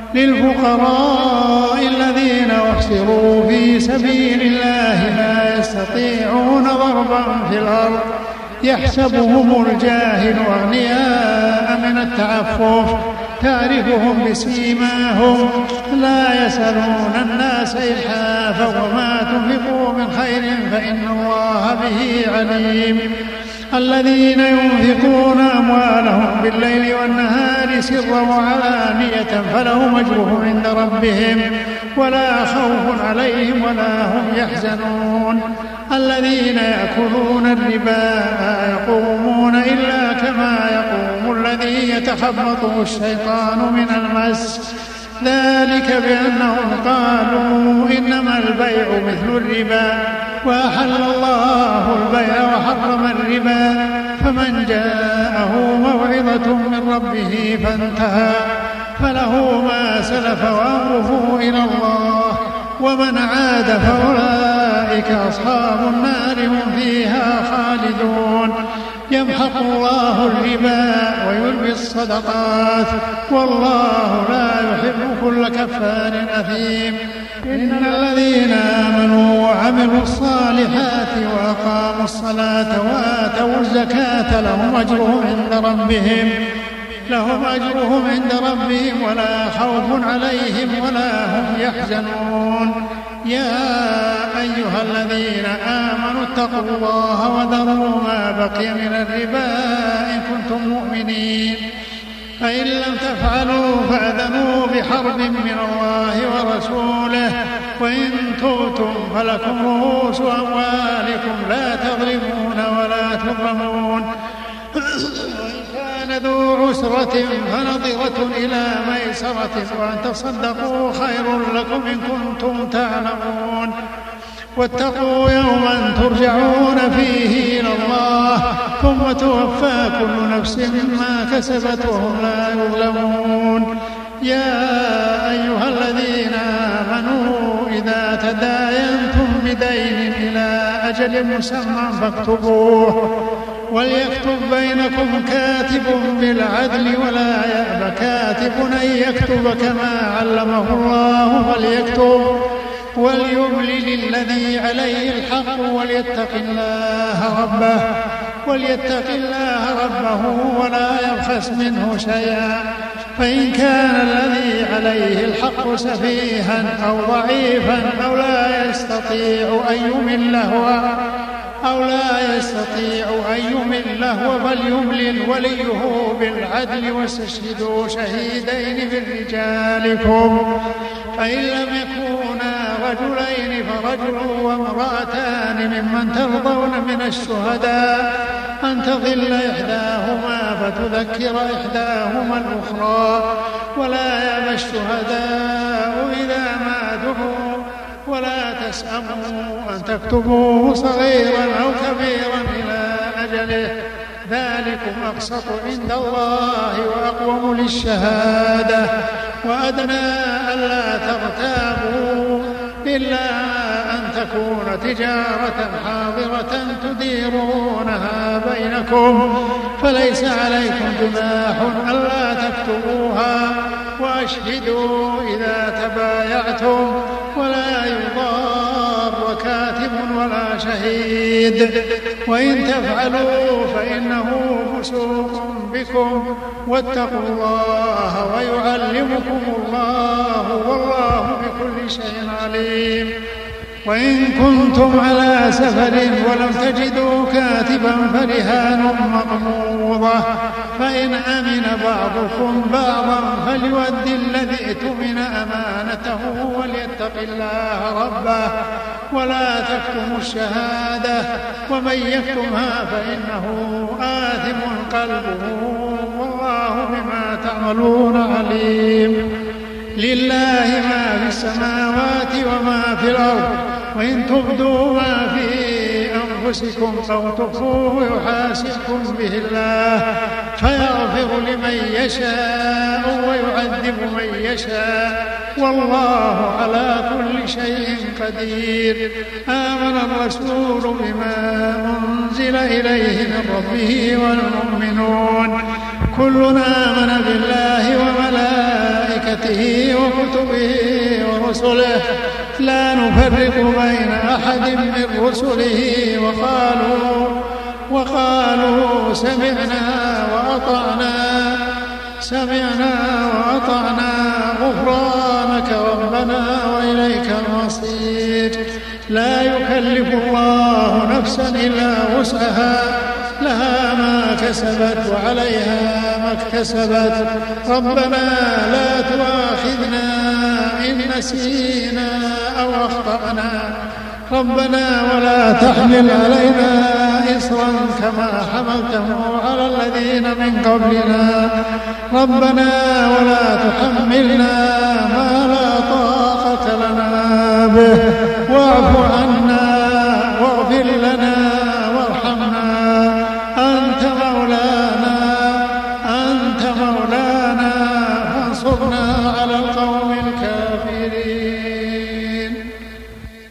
للفقراء الذين أحصروا في سبيل الله لا يستطيعون ضربا في الأرض يحسبهم الجاهل أغنياء من التعفف تعرفهم بسيماهم لا يسألون الناس إلحافا وما تنفقوا من خير فإن الله به عليم. الذين ينفقون أموالهم بالليل والنهار سرا وعلانية فلهم أجرهم عند ربهم ولا خوف عليهم ولا هم يحزنون. الذين يأكلون الربا لا يقومون إلا كما يقوم الذي يتخبطه الشيطان من المس ذلك بأنهم قالوا إنما البيع مثل الربا وأحل الله البيع وحرم الربا فمن جاءه موعظة موعظة من ربه فانتهى فله ما سلف وأمره إلى الله ومن عاد فأولئك أصحاب النار هم فيها خالدون. يمحق الله الربا ويربي الصدقات والله لا يحب كل كفار أثيم. إن الذين آمنوا وعملوا الصالحات وأقاموا الصلاة وآتوا الزكاة لهم أجرهم عند ربهم لهم أجرهم عند ربهم ولا خوف عليهم ولا هم يحزنون. يا أيها الذين آمنوا اتقوا الله وذروا ما بقي من الربا إن كنتم مؤمنين فإن لم تفعلوا فأذنوا بحرب من الله ورسوله وإن تبتم فلكم رؤوس أموالكم لا تظلمون ولا تظلمون. كان ذو عسرة فنظرة إلى ميسرة وأن تصدقوا خير لكم إن كنتم تعلمون. واتقوا يوما ترجعون فيه إلى الله ثم توفى كل نفس ما كسبت وهم لا يظلمون. يا أيها الذين آمنوا إذا تداينتم بدين إلى أجل مسمى فاكتبوه وليكتب بينكم كاتب بالعدل ولا يأب كاتب أن يكتب كما علمه الله فليكتب وليملل الذي عليه الحق وليتق الله ربه وليتق الله ربه ولا يبخس منه شيئا فإن كان الذي عليه الحق سفيها أو ضعيفا أو لا يستطيع أن يمل هو أو لا يستطيع أن يمل هو فليملل وليه بالعدل واستشهدوا شهيدين من رجالكم فإن لم يكونا رجلين فرجل وامرأتان ممن ترضون من الشهداء أن تضل إحداهما فتذكر إحداهما الأخرى ولا يأبى الشهداء إذا ما دعوا ولا تسأموا أن تكتبوه صغيرا أو كبيرا إلى أجله ذلكم أقسط عند الله وأقوم للشهادة وأدنى ألا ترتابوا إلا أن تكون تجارة حاضرة تديرونها بينكم فليس عليكم جناح ألا تكتبوها وأشهدوا إذا تبايعتم ولا يضار كاتب ولا شهيد وإن تفعلوا فإنه فسوق بكم واتقوا الله ويعلمكم الله والله بكل شيء عليم. وإن كنتم على سفر ولم تجدوا كاتبا فرهان مقبوضة فإن أمن بعضكم بعضا فليؤد الذي اؤتمن أمانته وليتق الله ربه ولا تكتموا الشهادة ومن يكتمها فإنه آثم قلبه والله بما تعملون عليم. لله ما في السماوات وما في الأرض وإن تبدوا ما في أنفسكم أو تخفوه يحاسبكم به الله فيغفر لمن يشاء ويعذب من يشاء والله على كل شيء قدير. آمن الرسول بما أنزل إليه من ربه والمؤمنون كلنا آمن بالله وملائكته وكتبه ورسله لا نفرق بين أحد من رسله وقالوا وقالوا سمعنا وأطعنا سمعنا وأطعنا غفرانك ربنا وإليك المصير. لا يكلف الله نفسا إلا وسعها لها ما كسبت وعليها ما اكتسبت ربنا لا تؤاخذنا إن نسينا أو أخطأنا ربنا ولا تحمل علينا إصرا كما حملته على الذين من قبلنا ربنا ولا تحملنا